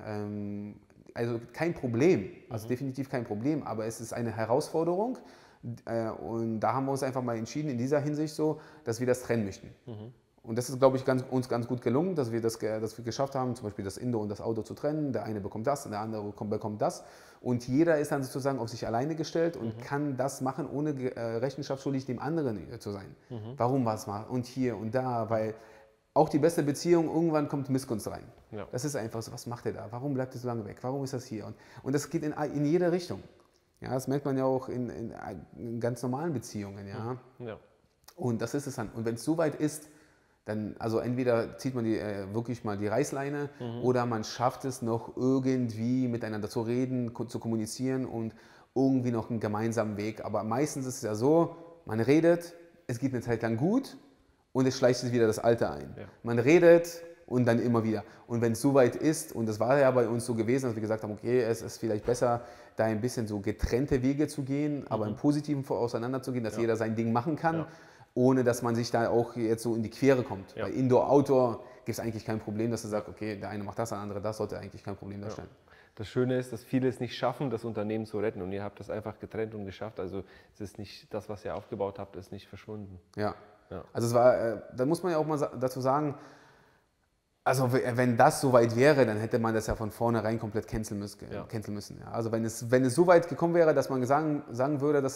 also kein Problem, also definitiv kein Problem, aber es ist eine Herausforderung und da haben wir uns einfach mal entschieden in dieser Hinsicht so, dass wir das trennen möchten. Und das ist, glaube ich, uns ganz gut gelungen, dass wir geschafft haben, zum Beispiel das Indoor und das Outdoor zu trennen. Der eine bekommt das, der andere bekommt das. Und jeder ist dann sozusagen auf sich alleine gestellt und kann das machen, ohne rechenschaftsschuldig dem anderen zu sein. Warum was machen und hier und da, weil auch die beste Beziehung, irgendwann kommt Missgunst rein. Das ist einfach so, was macht er da? Warum bleibt er so lange weg? Warum ist das hier? Und das geht in jede Richtung. Ja, das merkt man ja auch in ganz normalen Beziehungen. Ja? Und das ist es dann. Und wenn es so weit ist, dann, also entweder zieht man wirklich mal die Reißleine oder man schafft es noch irgendwie miteinander zu reden, zu kommunizieren und irgendwie noch einen gemeinsamen Weg. Aber meistens ist es ja so, man redet, es geht eine Zeit lang gut, und es schleicht sich wieder das Alte ein. Man redet und dann immer wieder. Und wenn es soweit ist, und das war ja bei uns so gewesen, dass wir gesagt haben, okay, es ist vielleicht besser, da ein bisschen so getrennte Wege zu gehen, aber im Positiven auseinanderzugehen, dass jeder sein Ding machen kann, ohne dass man sich da auch jetzt so in die Quere kommt. Bei Indoor, Outdoor gibt es eigentlich kein Problem, dass du sagst, okay, der eine macht das, der andere das, sollte eigentlich kein Problem darstellen. Das Schöne ist, dass viele es nicht schaffen, das Unternehmen zu retten und ihr habt das einfach getrennt und geschafft. Also es ist nicht das, was ihr aufgebaut habt, ist nicht verschwunden. Ja. Also es war, da muss man ja auch mal dazu sagen, also wenn das soweit wäre, dann hätte man das ja von vornherein komplett canceln müssen. Ja. Also wenn es so weit gekommen wäre, dass man sagen würde, dass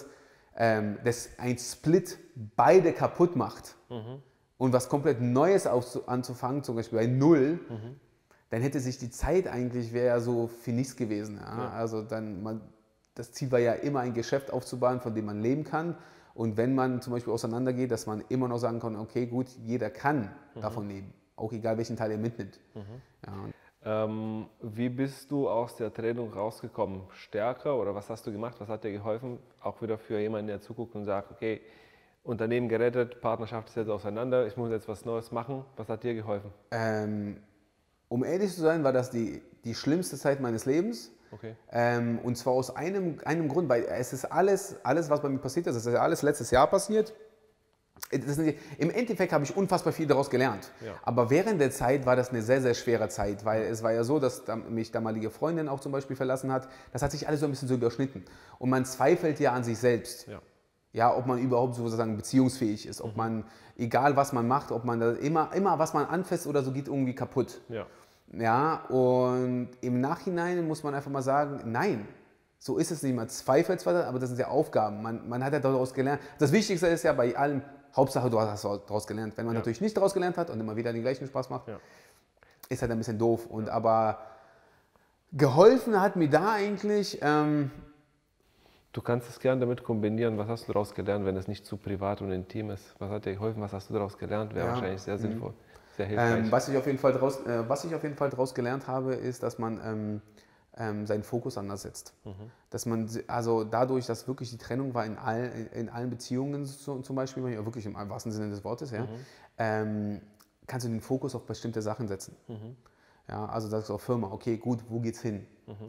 ein Split beide kaputt macht und was komplett Neues anzufangen, zum Beispiel bei Null, dann hätte sich die Zeit eigentlich, wäre ja so finis gewesen. Ja. Also das Ziel war ja immer ein Geschäft aufzubauen, von dem man leben kann. Und wenn man zum Beispiel auseinandergeht, dass man immer noch sagen kann, okay, gut, jeder kann davon leben, auch egal welchen Teil er mitnimmt. Ja. Wie bist du aus der Trennung rausgekommen? Stärker oder was hast du gemacht? Was hat dir geholfen? Auch wieder für jemanden, der zuguckt und sagt, okay, Unternehmen gerettet, Partnerschaft ist jetzt auseinander, ich muss jetzt was Neues machen. Was hat dir geholfen? Um ehrlich zu sein, war das die schlimmste Zeit meines Lebens. Okay. Und zwar aus einem Grund, weil es ist alles, was bei mir passiert ist, es ist ja alles letztes Jahr passiert. Im Endeffekt habe ich unfassbar viel daraus gelernt. Ja. Aber während der Zeit war das eine sehr, sehr schwere Zeit, weil es war ja so, dass mich damalige Freundin auch zum Beispiel verlassen hat. Das hat sich alles so ein bisschen so überschnitten. Und man zweifelt ja an sich selbst. Ja. Ja, ob man überhaupt sozusagen beziehungsfähig ist, ob man, egal was man macht, ob man da immer was man anfasst oder so, geht irgendwie kaputt. Ja. Ja, und im Nachhinein muss man einfach mal sagen, nein, so ist es nicht. Man zweifelt zwar, aber das sind ja Aufgaben. Man hat ja daraus gelernt. Das Wichtigste ist ja bei allem, Hauptsache du hast daraus gelernt. Wenn man natürlich nicht daraus gelernt hat und immer wieder den gleichen Spaß macht, ist halt ein bisschen doof. Und aber geholfen hat mir da eigentlich... Du kannst es gerne damit kombinieren. Was hast du daraus gelernt, wenn es nicht zu privat und intim ist? Was hat dir geholfen? Was hast du daraus gelernt? Wäre wahrscheinlich sehr sinnvoll, sehr hilfreich. Was ich auf jeden Fall daraus gelernt habe, ist, dass man seinen Fokus anders setzt. Dass man, also dadurch, dass wirklich die Trennung war in allen Beziehungen zum Beispiel, wirklich im wahrsten Sinne des Wortes, ja, kannst du den Fokus auf bestimmte Sachen setzen. Ja, also sagst du auf Firma, okay, gut, wo geht's hin?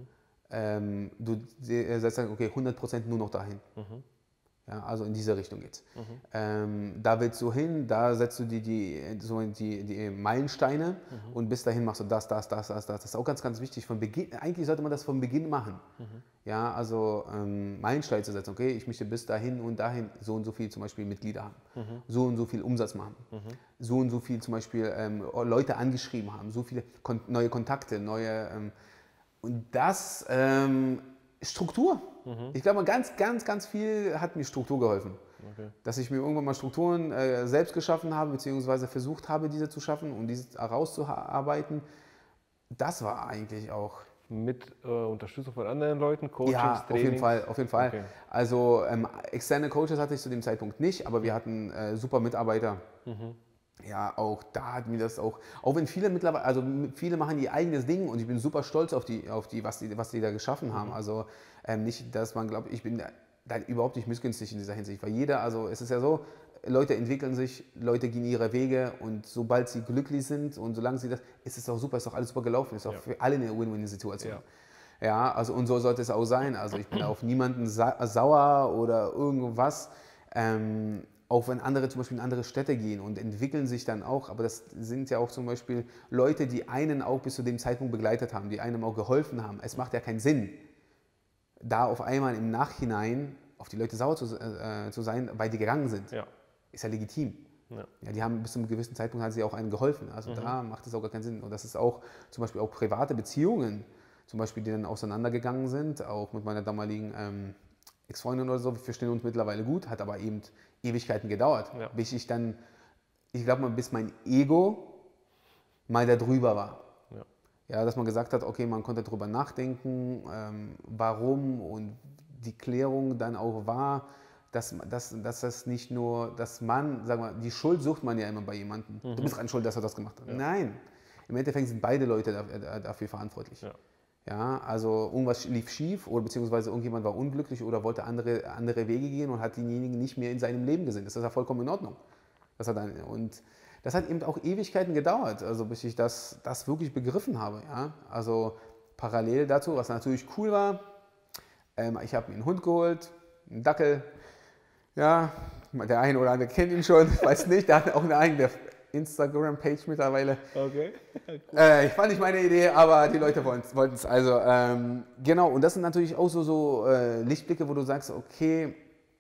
Du setzt dann, okay, 100% nur noch dahin. Ja, also in diese Richtung geht's. Da willst du hin, da setzt du die Meilensteine und bis dahin machst du das. Das ist auch ganz, ganz wichtig. Eigentlich sollte man das von Beginn machen. Ja, also Meilensteine zu setzen. Okay, ich möchte bis dahin und dahin so und so viel zum Beispiel Mitglieder haben, so und so viel Umsatz machen, so und so viel zum Beispiel Leute angeschrieben haben, so viele neue Kontakte, und das Struktur. Ich glaube, ganz, ganz, ganz viel hat mir Struktur geholfen. Okay. Dass ich mir irgendwann mal Strukturen selbst geschaffen habe, beziehungsweise versucht habe, diese zu schaffen und diese herauszuarbeiten. Das war eigentlich auch... Mit Unterstützung von anderen Leuten, Coachings, ja, Trainings? auf jeden Fall. Okay. Also externe Coaches hatte ich zu dem Zeitpunkt nicht, aber wir hatten super Mitarbeiter. Ja, auch da hat mir das auch wenn viele mittlerweile, also viele machen ihr eigenes Ding und ich bin super stolz auf die was die da geschaffen haben. Also nicht, dass man glaubt, ich bin da überhaupt nicht missgünstig in dieser Hinsicht, weil also es ist ja so, Leute entwickeln sich, Leute gehen ihre Wege und sobald sie glücklich sind und solange sie das, ist es auch super, ist doch alles super gelaufen, ist auch für alle eine Win-Win-Situation. Ja, also und so sollte es auch sein. Also ich bin auf niemanden sauer oder irgendwas. Auch wenn andere zum Beispiel in andere Städte gehen und entwickeln sich dann auch, aber das sind ja auch zum Beispiel Leute, die einen auch bis zu dem Zeitpunkt begleitet haben, die einem auch geholfen haben. Es macht ja keinen Sinn, da auf einmal im Nachhinein auf die Leute sauer zu sein, weil die gegangen sind. Ja. Ist ja legitim. Ja, die haben bis zu einem gewissen Zeitpunkt haben sie auch einem geholfen. Also da macht es auch gar keinen Sinn. Und das ist auch zum Beispiel auch private Beziehungen, zum Beispiel, die dann auseinandergegangen sind, auch mit meiner damaligen Ex-Freundin oder so. Wir verstehen uns mittlerweile gut, hat aber eben Ewigkeiten gedauert, bis ich glaube mal, bis mein Ego mal da drüber war. Ja, dass man gesagt hat, okay, man konnte darüber nachdenken, warum und die Klärung dann auch war, dass das nicht nur, dass man, sagen wir, die Schuld sucht man ja immer bei jemandem. Du bist dran schuld, dass er das gemacht hat. Nein, im Endeffekt sind beide Leute dafür verantwortlich. Ja, also irgendwas lief schief oder beziehungsweise irgendjemand war unglücklich oder wollte andere Wege gehen und hat denjenigen nicht mehr in seinem Leben gesehen. Das ist ja vollkommen in Ordnung. Und das hat eben auch Ewigkeiten gedauert, also bis ich das wirklich begriffen habe. Ja? Also parallel dazu, was natürlich cool war, ich habe mir einen Hund geholt, einen Dackel. Ja, der eine oder andere kennt ihn schon, weiß nicht, der hat auch eine eigene Instagram-Page mittlerweile. Okay. Ich fand nicht meine Idee, aber die Leute wollten es. Also genau, und das sind natürlich auch so Lichtblicke, wo du sagst, okay,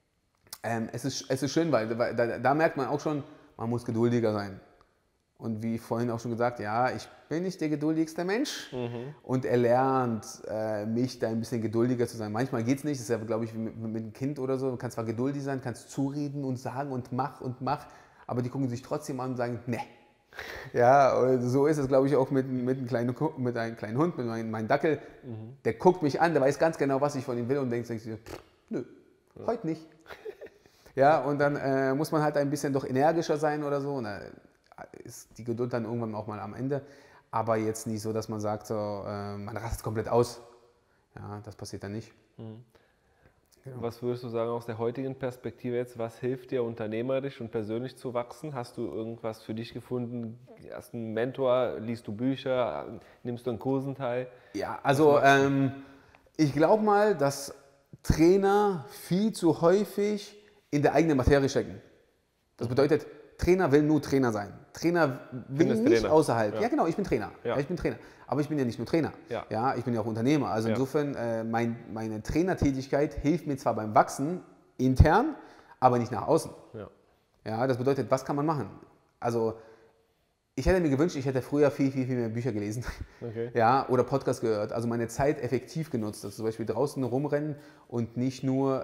es ist schön, weil da merkt man auch schon, man muss geduldiger sein. Und wie vorhin auch schon gesagt, ja, ich bin nicht der geduldigste Mensch. Und er lernt, mich da ein bisschen geduldiger zu sein. Manchmal geht es nicht, das ist ja, glaube ich, wie mit einem Kind oder so. Du kannst zwar geduldig sein, kannst zureden und sagen und mach, aber die gucken sich trotzdem an und sagen, ne. Ja, und so ist es, glaube ich, auch mit einem kleinen Hund, mit meinem Dackel. Der guckt mich an, der weiß ganz genau, was ich von ihm will und denkt sich, nö, heute nicht. Ja, und dann muss man halt ein bisschen doch energischer sein oder so. Und da ist die Geduld dann irgendwann auch mal am Ende. Aber jetzt nicht so, dass man sagt, so, man rastet komplett aus. Ja, das passiert dann nicht. Genau. Was würdest du sagen aus der heutigen Perspektive jetzt, was hilft dir unternehmerisch und persönlich zu wachsen? Hast du irgendwas für dich gefunden? Hast du einen Mentor? Liest du Bücher? Nimmst du an Kursen teil? Ja, also ich glaube mal, dass Trainer viel zu häufig in der eigenen Materie stecken. Das bedeutet, Trainer will nur Trainer sein. Trainer will nicht Trainer. außerhalb. Ja. Ja, genau, ich bin Trainer. Ja. Ja, ich bin Trainer. Aber ich bin ja nicht nur Trainer. Ja. Ja, ich bin ja auch Unternehmer. Also insofern, meine Trainertätigkeit hilft mir zwar beim Wachsen intern, aber nicht nach außen. Ja. Ja, das bedeutet, was kann man machen? Also ich hätte mir gewünscht, ich hätte früher viel mehr Bücher gelesen. Okay. Ja, oder Podcasts gehört. Also meine Zeit effektiv genutzt. Also zum Beispiel draußen rumrennen und nicht nur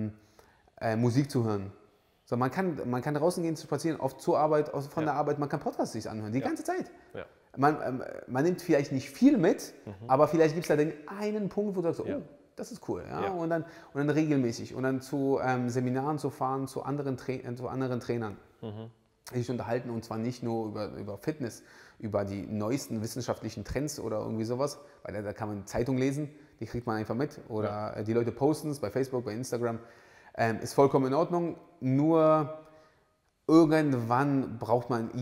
Musik zu hören. So, man kann draußen gehen, spazieren, oft zur Arbeit, von der Arbeit, man kann Podcasts sich anhören, die ganze Zeit. Ja. Man nimmt vielleicht nicht viel mit, aber vielleicht gibt es da den einen Punkt, wo du sagst, oh, das ist cool. Ja? Ja. Und dann regelmäßig und dann zu Seminaren zu fahren, zu anderen Trainern. Sich unterhalten und zwar nicht nur über Fitness, über die neuesten wissenschaftlichen Trends oder irgendwie sowas, weil da kann man Zeitung lesen, die kriegt man einfach mit oder die Leute posten es bei Facebook, bei Instagram. Ist vollkommen in Ordnung, nur irgendwann braucht man,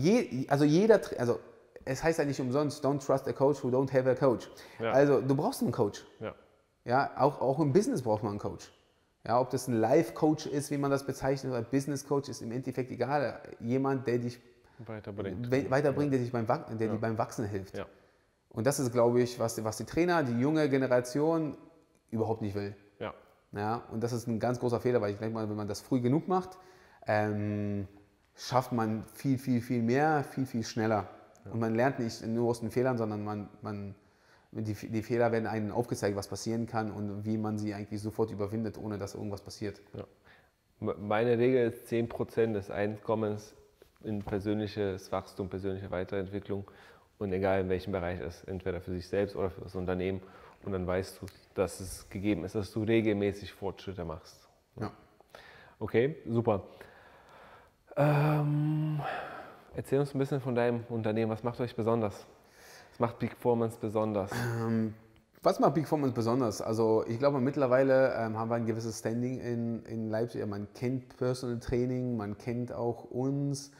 es heißt ja nicht umsonst, don't trust a coach who don't have a coach. Ja. Also du brauchst einen Coach. Ja. Ja, auch im Business braucht man einen Coach. Ja, ob das ein Life-Coach ist, wie man das bezeichnet, oder Business-Coach, ist im Endeffekt egal. Jemand, der dich weiterbringt, der dir beim Wachsen hilft. Ja. Und das ist, glaube ich, was die Trainer, die junge Generation überhaupt nicht will. Ja. Ja, und das ist ein ganz großer Fehler, weil ich denke mal, wenn man das früh genug macht, schafft man viel mehr, viel schneller. Ja. Und man lernt nicht nur aus den Fehlern, sondern die Fehler werden einem aufgezeigt, was passieren kann und wie man sie eigentlich sofort überwindet, ohne dass irgendwas passiert. Ja. Meine Regel ist 10% des Einkommens in persönliches Wachstum, persönliche Weiterentwicklung und egal in welchem Bereich es ist, entweder für sich selbst oder für das Unternehmen. Und dann weißt du, dass es gegeben ist, dass du regelmäßig Fortschritte machst. Ja. Okay, super. Erzähl uns ein bisschen von deinem Unternehmen. Was macht euch besonders? Was macht Peak Performance besonders? Was macht Peak Performance besonders? Also ich glaube, mittlerweile haben wir ein gewisses Standing in Leipzig. Man kennt Personal Training, man kennt auch uns.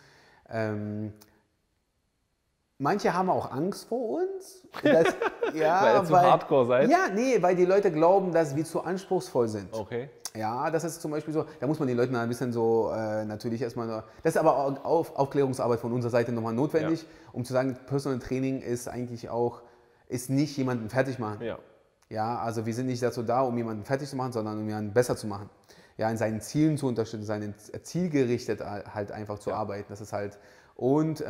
Manche haben auch Angst vor uns. Weil ihr zu hardcore seid? Ja, nee, weil die Leute glauben, dass wir zu anspruchsvoll sind. Okay. Ja, das ist zum Beispiel so, da muss man den Leuten ein bisschen so natürlich erstmal, das ist aber auch Aufklärungsarbeit von unserer Seite nochmal notwendig, um zu sagen, Personal Training ist eigentlich auch, ist nicht jemanden fertig machen. Ja. Ja, also wir sind nicht dazu da, um jemanden fertig zu machen, sondern um jemanden besser zu machen. Ja, in seinen Zielen zu unterstützen, seinen zielgerichtet halt einfach zu arbeiten. Das ist halt, und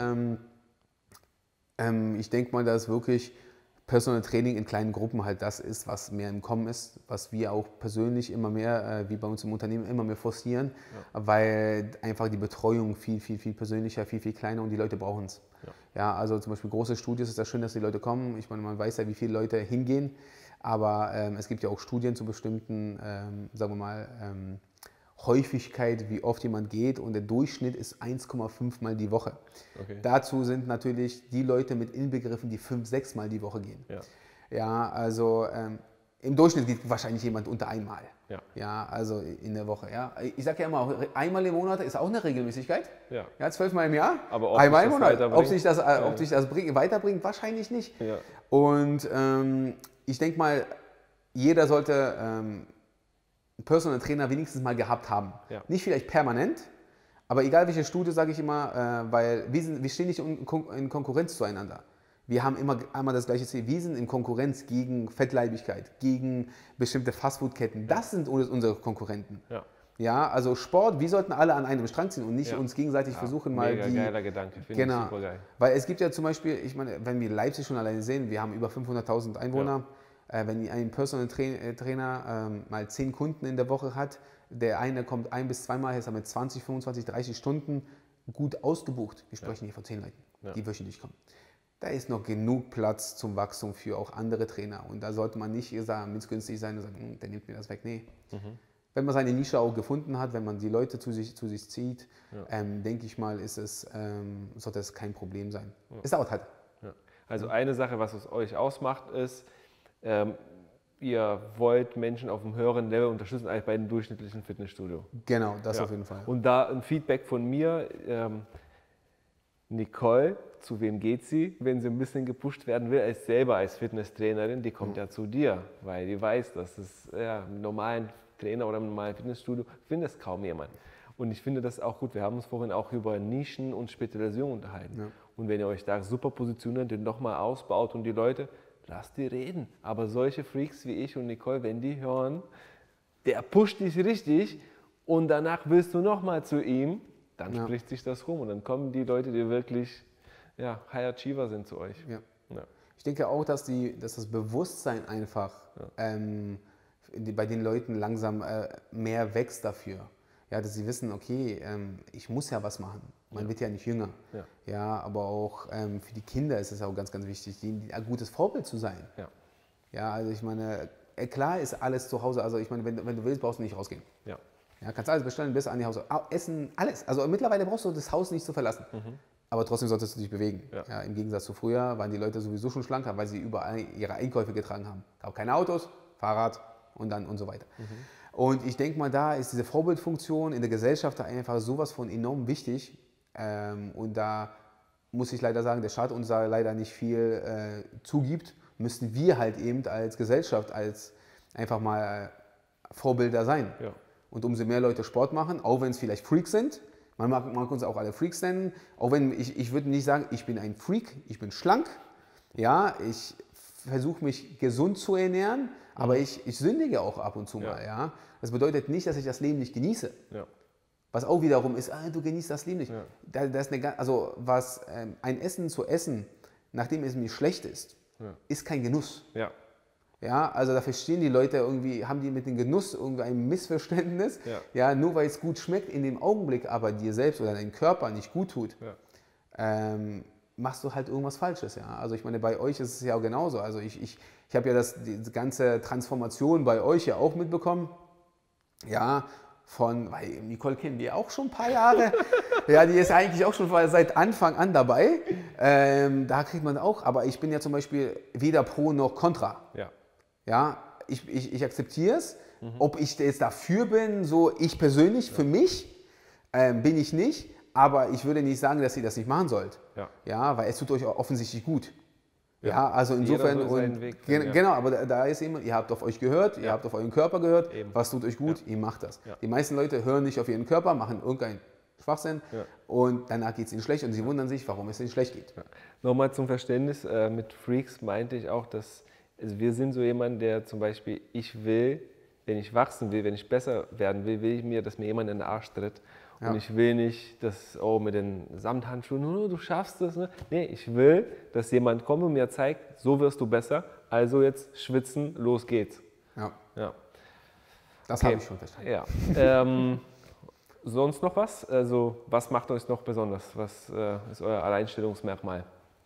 ich denke mal, dass wirklich Personal Training in kleinen Gruppen halt das ist, was mehr im Kommen ist, was wir auch persönlich immer mehr, wie bei uns im Unternehmen, immer mehr forcieren, weil einfach die Betreuung viel persönlicher, viel kleiner und die Leute brauchen es. Ja, also zum Beispiel große Studios ist ja schön, dass die Leute kommen. Ich meine, man weiß ja, wie viele Leute hingehen, aber es gibt ja auch Studien zu bestimmten, sagen wir mal, Häufigkeit, wie oft jemand geht und der Durchschnitt ist 1,5 Mal die Woche. Okay. Dazu sind natürlich die Leute mit inbegriffen, die 5-6 Mal die Woche gehen. Ja, also im Durchschnitt geht wahrscheinlich jemand unter einmal. Ja. Ja, also in der Woche. Ja. Ich sage ja immer, auch, einmal im Monat ist auch eine Regelmäßigkeit. Ja. Ja, 12-mal im Jahr. Aber ob einmal sich im das Monat. weiterbringt? Ob sich das weiterbringt, wahrscheinlich nicht. Ja. Und ich denke mal, jeder sollte einen Personal Trainer wenigstens mal gehabt haben. Ja. Nicht vielleicht permanent, aber egal welche Studie, sage ich immer, weil wir stehen nicht in Konkurrenz zueinander. Wir haben immer einmal das gleiche Ziel. Wir sind in Konkurrenz gegen Fettleibigkeit, gegen bestimmte Fastfood-Ketten. Das sind unsere Konkurrenten. Ja. Ja, also Sport, wir sollten alle an einem Strang ziehen und nicht uns gegenseitig versuchen, mal mega die... geiler Gedanke, finde ich super geil. Weil es gibt ja zum Beispiel, ich meine, wenn wir Leipzig schon alleine sehen, wir haben über 500.000 Einwohner. Wenn ein Personal Trainer mal 10 Kunden in der Woche hat, der eine kommt 1 bis 2 Mal, ist er mit 20, 25, 30 Stunden gut ausgebucht. Wir sprechen hier von 10 Leuten, die wöchentlich kommen. Da ist noch genug Platz zum Wachstum für auch andere Trainer. Und da sollte man nicht sagen, missgünstig sein und sagen, der nimmt mir das weg. Nee. Wenn man seine Nische auch gefunden hat, wenn man die Leute zu sich zieht, denke ich mal, sollte es kein Problem sein. Es dauert halt. Ja. Also eine Sache, was es euch ausmacht, ist, ihr wollt Menschen auf einem höheren Level unterstützen als bei einem durchschnittlichen Fitnessstudio. Genau, das auf jeden Fall. Und da ein Feedback von mir, Nicole, zu wem geht sie, wenn sie ein bisschen gepusht werden will, als Fitnesstrainerin, die kommt ja zu dir, weil die weiß, dass es einen normalen Trainer oder im normalen Fitnessstudio findet kaum jemand. Und ich finde das auch gut. Wir haben uns vorhin auch über Nischen und Spezialisierung unterhalten. Ja. Und wenn ihr euch da super positioniert, den nochmal ausbaut und die Leute, lasst die reden. Aber solche Freaks wie ich und Nicole, wenn die hören, der pusht dich richtig und danach willst du nochmal zu ihm, dann spricht sich das rum und dann kommen die Leute, die wirklich High Achiever sind zu euch. Ja. Ja. Ich denke auch, dass das Bewusstsein einfach bei den Leuten langsam mehr wächst dafür. Ja, dass sie wissen, okay, ich muss ja was machen. Man wird ja nicht jünger. Ja, ja, aber auch für die Kinder ist es auch ganz, ganz wichtig, ein gutes Vorbild zu sein. Ja, ja, also ich meine, klar ist alles zu Hause. Also ich meine, wenn du willst, brauchst du nicht rausgehen. Ja. Ja, kannst alles bestellen, bis an die Hause. Essen, alles. Also mittlerweile brauchst du das Haus nicht zu verlassen. Aber trotzdem solltest du dich bewegen. Ja. Ja, im Gegensatz zu früher waren die Leute sowieso schon schlanker, weil sie überall ihre Einkäufe getragen haben. Auch keine Autos, Fahrrad und dann und so weiter. Und ich denke mal, da ist diese Vorbildfunktion in der Gesellschaft einfach sowas von enorm wichtig. Und da muss ich leider sagen, der Staat uns da leider nicht viel zugibt, müssten wir halt eben als Gesellschaft, als einfach mal Vorbilder sein. Ja. Und umso mehr Leute Sport machen, auch wenn es vielleicht Freaks sind, man mag uns auch alle Freaks nennen, auch wenn ich würde nicht sagen, ich bin ein Freak, ich bin schlank, ja, ich versuche mich gesund zu ernähren, aber ich sündige auch ab und zu mal. Ja. Das bedeutet nicht, dass ich das Leben nicht genieße. Ja. Was auch wiederum ist, du genießt das Leben nicht. Ja. Ein Essen zu essen, nachdem es mir schlecht ist, ist kein Genuss. Ja. Ja, also da verstehen die Leute irgendwie, haben die mit dem Genuss irgendwie ein Missverständnis. Ja. Ja, nur weil es gut schmeckt in dem Augenblick, aber dir selbst oder deinem Körper nicht gut tut, machst du halt irgendwas Falsches. Ja. Also ich meine, bei euch ist es ja auch genauso. Also ich habe ja die ganze Transformation bei euch ja auch mitbekommen. Ja, weil Nicole kennen wir auch schon ein paar Jahre. Ja, die ist eigentlich auch schon seit Anfang an dabei. Da kriegt man auch, aber ich bin ja zum Beispiel weder pro noch contra. Ja. Ja, ich akzeptiere es. Ob ich jetzt dafür bin, so ich persönlich, für mich, bin ich nicht. Aber ich würde nicht sagen, dass ihr das nicht machen sollt. Ja. Ja, weil es tut euch offensichtlich gut. Ja, also insofern, genau, aber da ist jemand, ihr habt auf euch gehört, ihr habt auf euren Körper gehört, was tut euch gut, ihr macht das. Ja. Die meisten Leute hören nicht auf ihren Körper, machen irgendeinen Schwachsinn und danach geht es ihnen schlecht und sie wundern sich, warum es ihnen schlecht geht. Ja. Nochmal zum Verständnis, mit Freaks meinte ich auch, dass wir sind so jemand, der zum Beispiel, ich will, wenn ich wachsen will, wenn ich besser werden will, will ich mir, dass mir jemand in den Arsch tritt. Und ich will nicht, dass, mit den Samthandschuhen, du schaffst es. Ne? Nee, ich will, dass jemand kommt und mir zeigt, so wirst du besser, also jetzt schwitzen, los geht's. Ja. Das habe ich schon verstanden. Ja. Sonst noch was? Also, was macht euch noch besonders? Was ist euer Alleinstellungsmerkmal?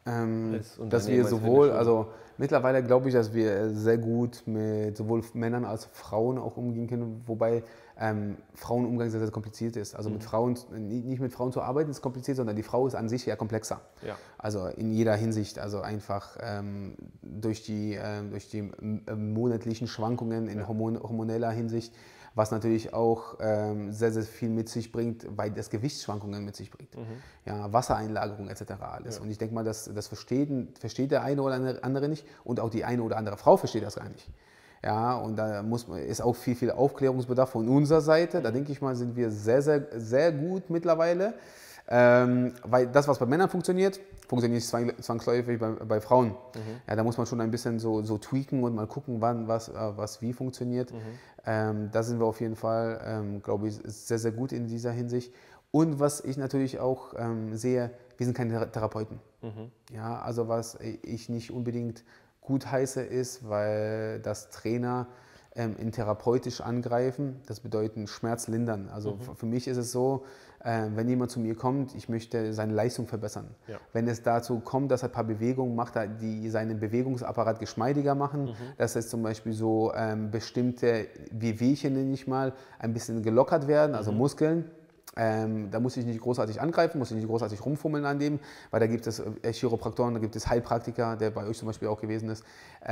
als Dass wir Unternehmen, als sowohl, Fitnessstudio? also mittlerweile glaube ich, dass wir sehr gut mit sowohl Männern als auch Frauen auch umgehen können, wobei Frauenumgang sehr, sehr kompliziert ist. Also mit Frauen, nicht mit Frauen zu arbeiten ist kompliziert, sondern die Frau ist an sich ja komplexer. Ja. Also in jeder Hinsicht, also einfach durch die monatlichen Schwankungen in hormoneller Hinsicht, was natürlich auch sehr, sehr viel mit sich bringt, weil das Gewichtsschwankungen mit sich bringt. Ja, Wassereinlagerung etc. alles. Und ich denke mal, das versteht der eine oder andere nicht und auch die eine oder andere Frau versteht das gar nicht. Ja, und da ist auch viel Aufklärungsbedarf von unserer Seite. Da denke ich mal, sind wir sehr, sehr, sehr gut mittlerweile. Weil das, was bei Männern funktioniert, funktioniert nicht zwangsläufig bei Frauen. Ja, da muss man schon ein bisschen so tweaken und mal gucken, wann was wie funktioniert. Da sind wir auf jeden Fall, glaube ich, sehr, sehr gut in dieser Hinsicht. Und was ich natürlich auch sehe, wir sind keine Therapeuten. Ja, also was ich nicht unbedingt gut heiße, ist, weil das Trainer in therapeutisch angreifen, das bedeutet Schmerz lindern. Also für mich ist es so, wenn jemand zu mir kommt, ich möchte seine Leistung verbessern. Ja. Wenn es dazu kommt, dass er ein paar Bewegungen macht, die seinen Bewegungsapparat geschmeidiger machen, dass es zum Beispiel so bestimmte Wehwehchen, nenne ich mal, ein bisschen gelockert werden, also Muskeln. Da muss ich nicht großartig angreifen, muss ich nicht großartig rumfummeln an dem, weil da gibt es Chiropraktoren, da gibt es Heilpraktiker, der bei euch zum Beispiel auch gewesen ist.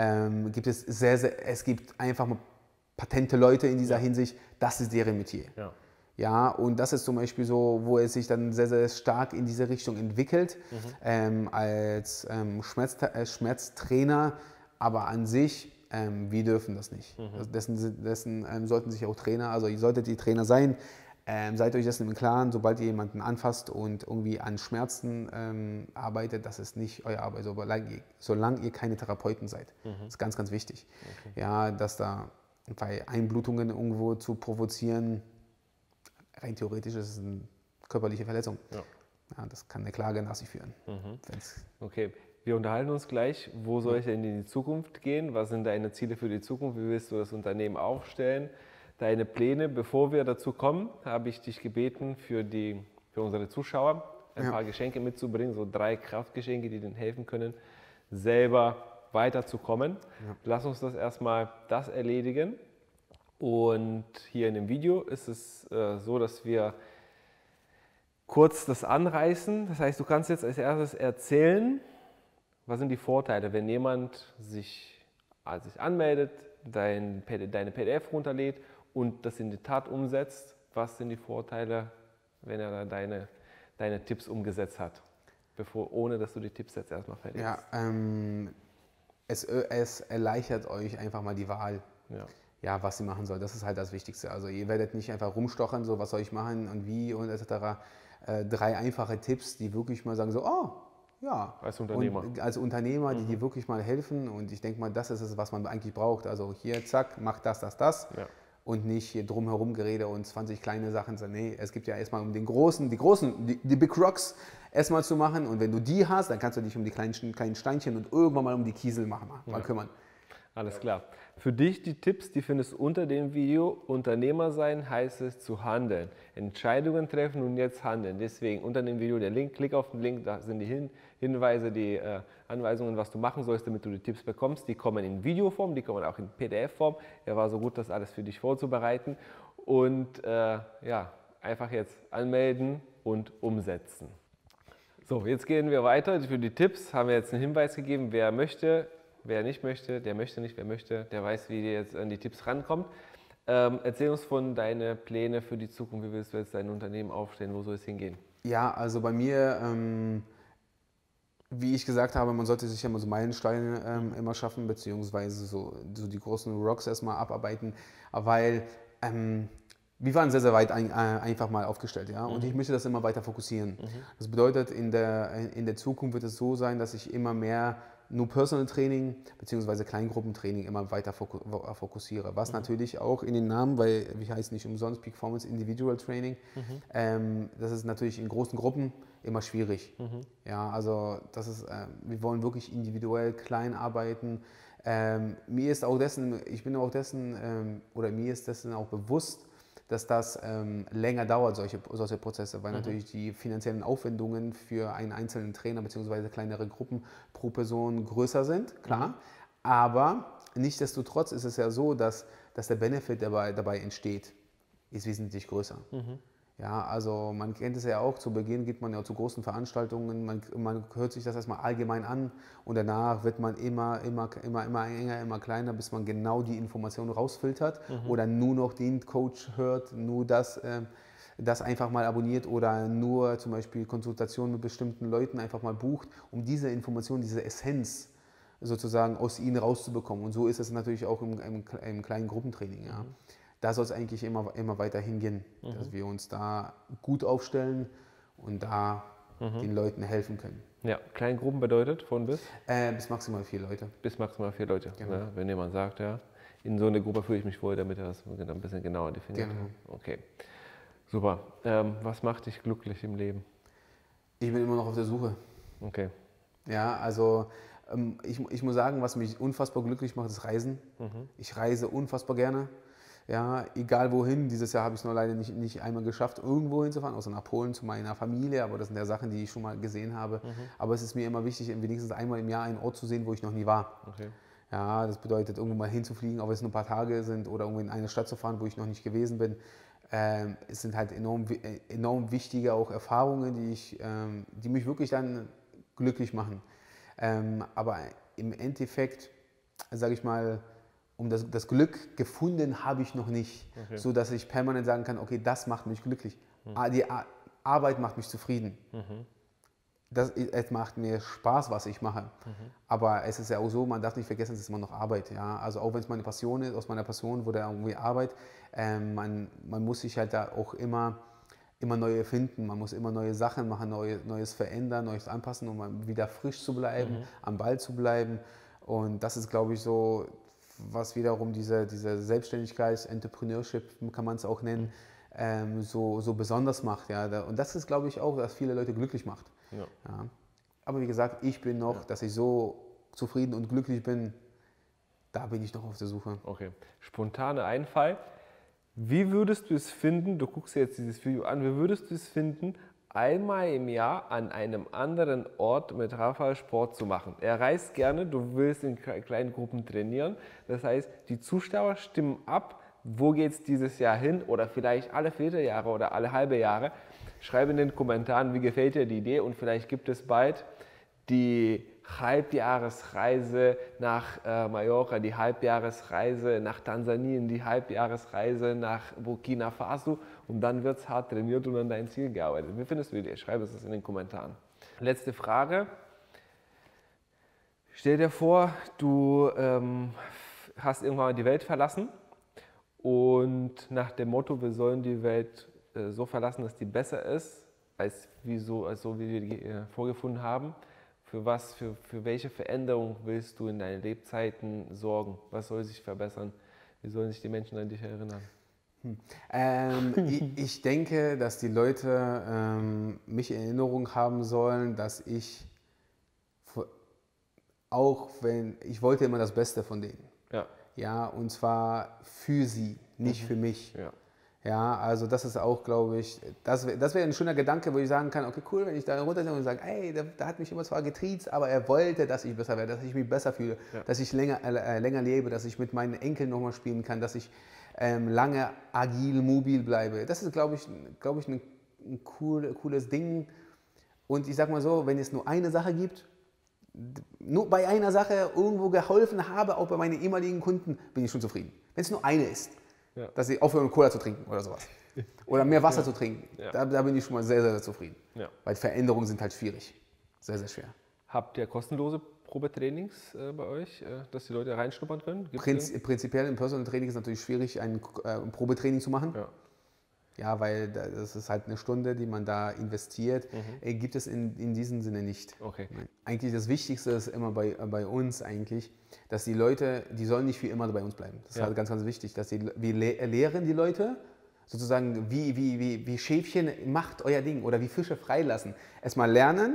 Es gibt einfach patente Leute in dieser Hinsicht, das ist deren Metier. Ja. Ja, und das ist zum Beispiel so, wo es sich dann sehr, sehr stark in diese Richtung entwickelt, als Schmerztrainer, aber an sich, wir dürfen das nicht. Also dessen sollten sich auch Trainer, also ihr solltet die Trainer sein, seid euch dessen im Klaren, sobald ihr jemanden anfasst und irgendwie an Schmerzen arbeitet, das ist nicht euer Arbeit, solange ihr keine Therapeuten seid. Das ist ganz, ganz wichtig. Okay. Ja, dass da bei Einblutungen irgendwo zu provozieren, rein theoretisch ist es eine körperliche Verletzung. Ja. Ja, das kann eine Klage nach sich führen. Okay, wir unterhalten uns gleich. Wo soll ich denn in die Zukunft gehen? Was sind deine Ziele für die Zukunft? Wie willst du das Unternehmen aufstellen? Deine Pläne. Bevor wir dazu kommen, habe ich dich gebeten, für unsere Zuschauer ein paar Geschenke mitzubringen, so 3 Kraftgeschenke, die denen helfen können, selber weiterzukommen. Ja. Lass uns das erstmal erledigen. Und hier in dem Video ist es so, dass wir kurz das anreißen. Das heißt, du kannst jetzt als erstes erzählen, was sind die Vorteile, wenn jemand sich anmeldet, deine PDF runterlädt und das in die Tat umsetzt. Was sind die Vorteile, wenn er da deine Tipps umgesetzt hat, ohne dass du die Tipps jetzt erstmal fertig hast? Ja, es erleichtert euch einfach mal die Wahl. Ja, was sie machen soll. Das ist halt das Wichtigste. Also ihr werdet nicht einfach rumstochern, so was soll ich machen und wie und etc. 3 einfache Tipps, die wirklich mal sagen so, oh, ja. Als Unternehmer. Und als Unternehmer, die dir wirklich mal helfen. Und ich denke mal, das ist es, was man eigentlich braucht. Also hier, zack, mach das. Ja. Und nicht hier drumherum Gerede und 20 kleine Sachen. Nee, es gibt ja erstmal um die Big Rocks erstmal zu machen. Und wenn du die hast, dann kannst du dich um die kleinen Steinchen und irgendwann mal um die Kiesel mal kümmern. Alles klar. Für dich die Tipps, die findest du unter dem Video. Unternehmer sein heißt es zu handeln. Entscheidungen treffen und jetzt handeln. Deswegen unter dem Video der Link, klick auf den Link, da sind die Hinweise, die Anweisungen, was du machen sollst, damit du die Tipps bekommst. Die kommen in Videoform, die kommen auch in PDF-Form. Er war so gut, das alles für dich vorzubereiten. Und einfach jetzt anmelden und umsetzen. So, jetzt gehen wir weiter. Für die Tipps haben wir jetzt einen Hinweis gegeben, wer möchte. Wer nicht möchte, der möchte nicht. Wer möchte, der weiß, wie der jetzt an die Tipps rankommt. Erzähl uns von deinen Plänen für die Zukunft. Wie willst du jetzt dein Unternehmen aufstellen? Wo soll es hingehen? Ja, also bei mir, wie ich gesagt habe, man sollte sich ja immer so Meilensteine immer schaffen, beziehungsweise so die großen Rocks erstmal abarbeiten, weil wir waren sehr, sehr weit einfach mal aufgestellt, ja, und ich möchte das immer weiter fokussieren. Das bedeutet, in der Zukunft wird es so sein, dass ich immer mehr nur Personal Training bzw. Kleingruppentraining immer weiter fokussiere. Was natürlich auch in den Namen, weil wir heißen nicht umsonst Peak Performance Individual Training, das ist natürlich in großen Gruppen immer schwierig. Ja, also wir wollen wirklich individuell klein arbeiten. Mir ist dessen auch bewusst, dass das länger dauert, solche Prozesse, weil natürlich die finanziellen Aufwendungen für einen einzelnen Trainer bzw. kleinere Gruppen pro Person größer sind, klar. Aber nichtsdestotrotz ist es ja so, dass der Benefit dabei entsteht, ist wesentlich größer. Ja, also man kennt es ja auch, zu Beginn geht man ja zu großen Veranstaltungen, man hört sich das erstmal allgemein an und danach wird man immer enger, immer kleiner, bis man genau die Informationen rausfiltert oder nur noch den Coach hört, nur das einfach mal abonniert oder nur zum Beispiel Konsultationen mit bestimmten Leuten einfach mal bucht, um diese Information, diese Essenz sozusagen aus ihnen rauszubekommen. Und so ist es natürlich auch im kleinen Gruppentraining. Ja. Da soll es eigentlich immer weiter hingehen, dass wir uns da gut aufstellen und da den Leuten helfen können. Ja, Kleingruppen bedeutet von bis? Bis maximal 4 Leute. Bis maximal 4 Leute. Genau. Ja, wenn jemand sagt, ja, in so eine Gruppe fühle ich mich wohl, damit er das ein bisschen genauer definiert. Genau. Okay, super. Was macht dich glücklich im Leben? Ich bin immer noch auf der Suche. Okay. Ja, also ich muss sagen, was mich unfassbar glücklich macht, ist Reisen. Ich reise unfassbar gerne. Ja, egal wohin. Dieses Jahr habe ich es nur leider nicht einmal geschafft, irgendwo hinzufahren, außer nach Polen zu meiner Familie. Aber das sind ja Sachen, die ich schon mal gesehen habe. Aber es ist mir immer wichtig, wenigstens einmal im Jahr einen Ort zu sehen, wo ich noch nie war. Okay. Ja, das bedeutet, irgendwo mal hinzufliegen, auch wenn es nur ein paar Tage sind, oder irgendwo in eine Stadt zu fahren, wo ich noch nicht gewesen bin. Es sind halt enorm wichtige auch Erfahrungen, die mich wirklich dann glücklich machen. Aber im Endeffekt, sage ich mal, das Glück gefunden habe ich noch nicht, so dass ich permanent sagen kann, okay, das macht mich glücklich. Die Arbeit macht mich zufrieden. Es macht mir Spaß, was ich mache. Aber es ist ja auch so, man darf nicht vergessen, es ist immer noch Arbeit. Ja? Also auch wenn es meine Passion ist, aus meiner Passion wurde irgendwie Arbeit, man muss sich halt da auch immer neu erfinden. Man muss immer neue Sachen machen, Neues verändern, Neues anpassen, um mal wieder frisch zu bleiben, am Ball zu bleiben. Und das ist, glaube ich, so, was wiederum diese Selbstständigkeit, Entrepreneurship kann man es auch nennen, so besonders macht. Ja? Und das ist, glaube ich, auch, was viele Leute glücklich macht. Ja. Ja. Aber wie gesagt, ich bin noch, dass ich so zufrieden und glücklich bin, da bin ich noch auf der Suche. Okay, spontaner Einfall. Wie würdest du es finden, du guckst dir jetzt dieses Video an, wie würdest du es finden, einmal im Jahr an einem anderen Ort mit Rafael Sport zu machen? Er reist gerne, du willst in kleinen Gruppen trainieren. Das heißt, die Zuschauer stimmen ab, wo geht es dieses Jahr hin oder vielleicht alle Vierteljahre oder alle halbe Jahre. Schreib in den Kommentaren, wie gefällt dir die Idee und vielleicht gibt es bald die Halbjahresreise nach Mallorca, die Halbjahresreise nach Tansania, die Halbjahresreise nach Burkina Faso und dann wird es hart trainiert und an dein Ziel gearbeitet. Wie findest du die Idee? Schreib es in den Kommentaren. Letzte Frage. Stell dir vor, du hast irgendwann mal die Welt verlassen und nach dem Motto, wir sollen die Welt so verlassen, dass die besser ist, als so wie wir die vorgefunden haben. Für welche Veränderung willst du in deinen Lebzeiten sorgen? Was soll sich verbessern? Wie sollen sich die Menschen an dich erinnern? Ich denke, dass die Leute mich in Erinnerung haben sollen, dass ich ich wollte immer das Beste von denen. Ja. Ja, und zwar für sie, nicht für mich. Ja. Ja, also das ist auch, glaube ich, das wäre ein schöner Gedanke, wo ich sagen kann, okay, cool, wenn ich da runtersehe und sage, ey, der hat mich immer zwar getriezt, aber er wollte, dass ich besser werde, dass ich mich besser fühle, dass ich länger lebe, dass ich mit meinen Enkeln nochmal spielen kann, dass ich lange agil, mobil bleibe. Das ist, glaube ich, ein cooles Ding. Und ich sage mal so, wenn es nur eine Sache gibt, nur bei einer Sache irgendwo geholfen habe, auch bei meinen ehemaligen Kunden, bin ich schon zufrieden. Wenn es nur eine ist. Ja. Dass sie aufhören, Cola zu trinken oder sowas. Oder mehr Wasser zu trinken. Ja. Da bin ich schon mal sehr, sehr zufrieden. Ja. Weil Veränderungen sind halt schwierig. Sehr, sehr schwer. Habt ihr kostenlose Probetrainings bei euch, dass die Leute reinschnuppern können? Prinzipiell im Personal Training ist es natürlich schwierig, ein Probetraining zu machen. Ja. Ja, weil das ist halt eine Stunde, die man da investiert. Gibt es in diesem Sinne nicht. Okay. Eigentlich das Wichtigste ist immer bei uns eigentlich, dass die Leute, die sollen nicht für immer bei uns bleiben. Das ist halt ganz, ganz wichtig. Wir lehren die Leute sozusagen wie Schäfchen, macht euer Ding oder wie Fische freilassen. Erstmal lernen,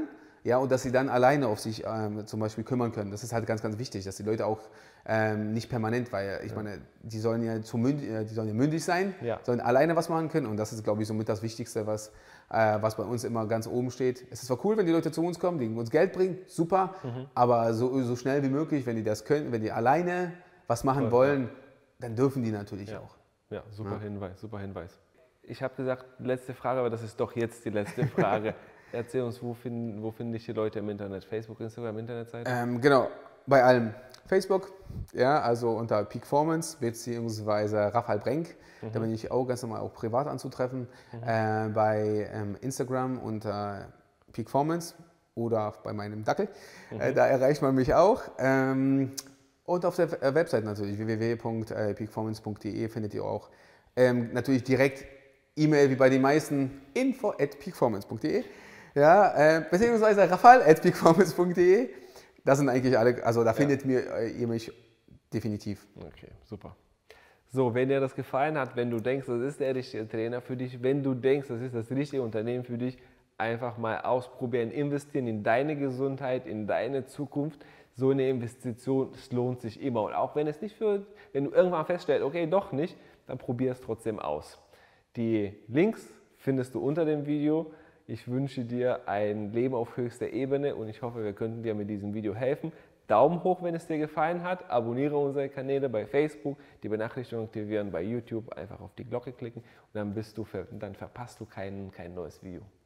Ja, und dass sie dann alleine auf sich zum Beispiel kümmern können. Das ist halt ganz, ganz wichtig, dass die Leute auch nicht permanent, weil ich meine, die sollen ja mündig sein, Ja. sollen alleine was machen können und das ist, glaube ich, somit das Wichtigste, was bei uns immer ganz oben steht. Es ist zwar cool, wenn die Leute zu uns kommen, die uns Geld bringen, super, aber so schnell wie möglich, wenn die das können, wenn die alleine was machen wollen, dann dürfen die natürlich auch. Ja, super Hinweis, super Hinweis. Ich habe gesagt, letzte Frage, aber das ist doch jetzt die letzte Frage. Erzähl uns, wo finden dich die Leute im Internet? Facebook, Instagram, Internetseite? Genau, bei allem. Facebook, ja, also unter Peakformance beziehungsweise Raphael Brenk, da bin ich auch ganz normal auch privat anzutreffen. Bei Instagram unter Peakformance oder bei meinem Dackel, da erreicht man mich auch. Und auf der Website natürlich, www.peakformance.de findet ihr auch natürlich direkt E-Mail wie bei den meisten, info@peakformance.de, ja, beziehungsweise rafal@peakformance.de. Das sind eigentlich alle, also da findet ihr mich definitiv. Okay, super. So, wenn dir das gefallen hat, wenn du denkst, das ist der richtige Trainer für dich, wenn du denkst, das ist das richtige Unternehmen für dich, einfach mal ausprobieren, investieren in deine Gesundheit, in deine Zukunft. So eine Investition, es lohnt sich immer. Und auch wenn du irgendwann feststellst, okay, doch nicht, dann probier es trotzdem aus. Die Links findest du unter dem Video. Ich wünsche dir ein Leben auf höchster Ebene und ich hoffe, wir könnten dir mit diesem Video helfen. Daumen hoch, wenn es dir gefallen hat. Abonniere unsere Kanäle bei Facebook, die Benachrichtigung aktivieren bei YouTube, einfach auf die Glocke klicken und dann verpasst du kein neues Video.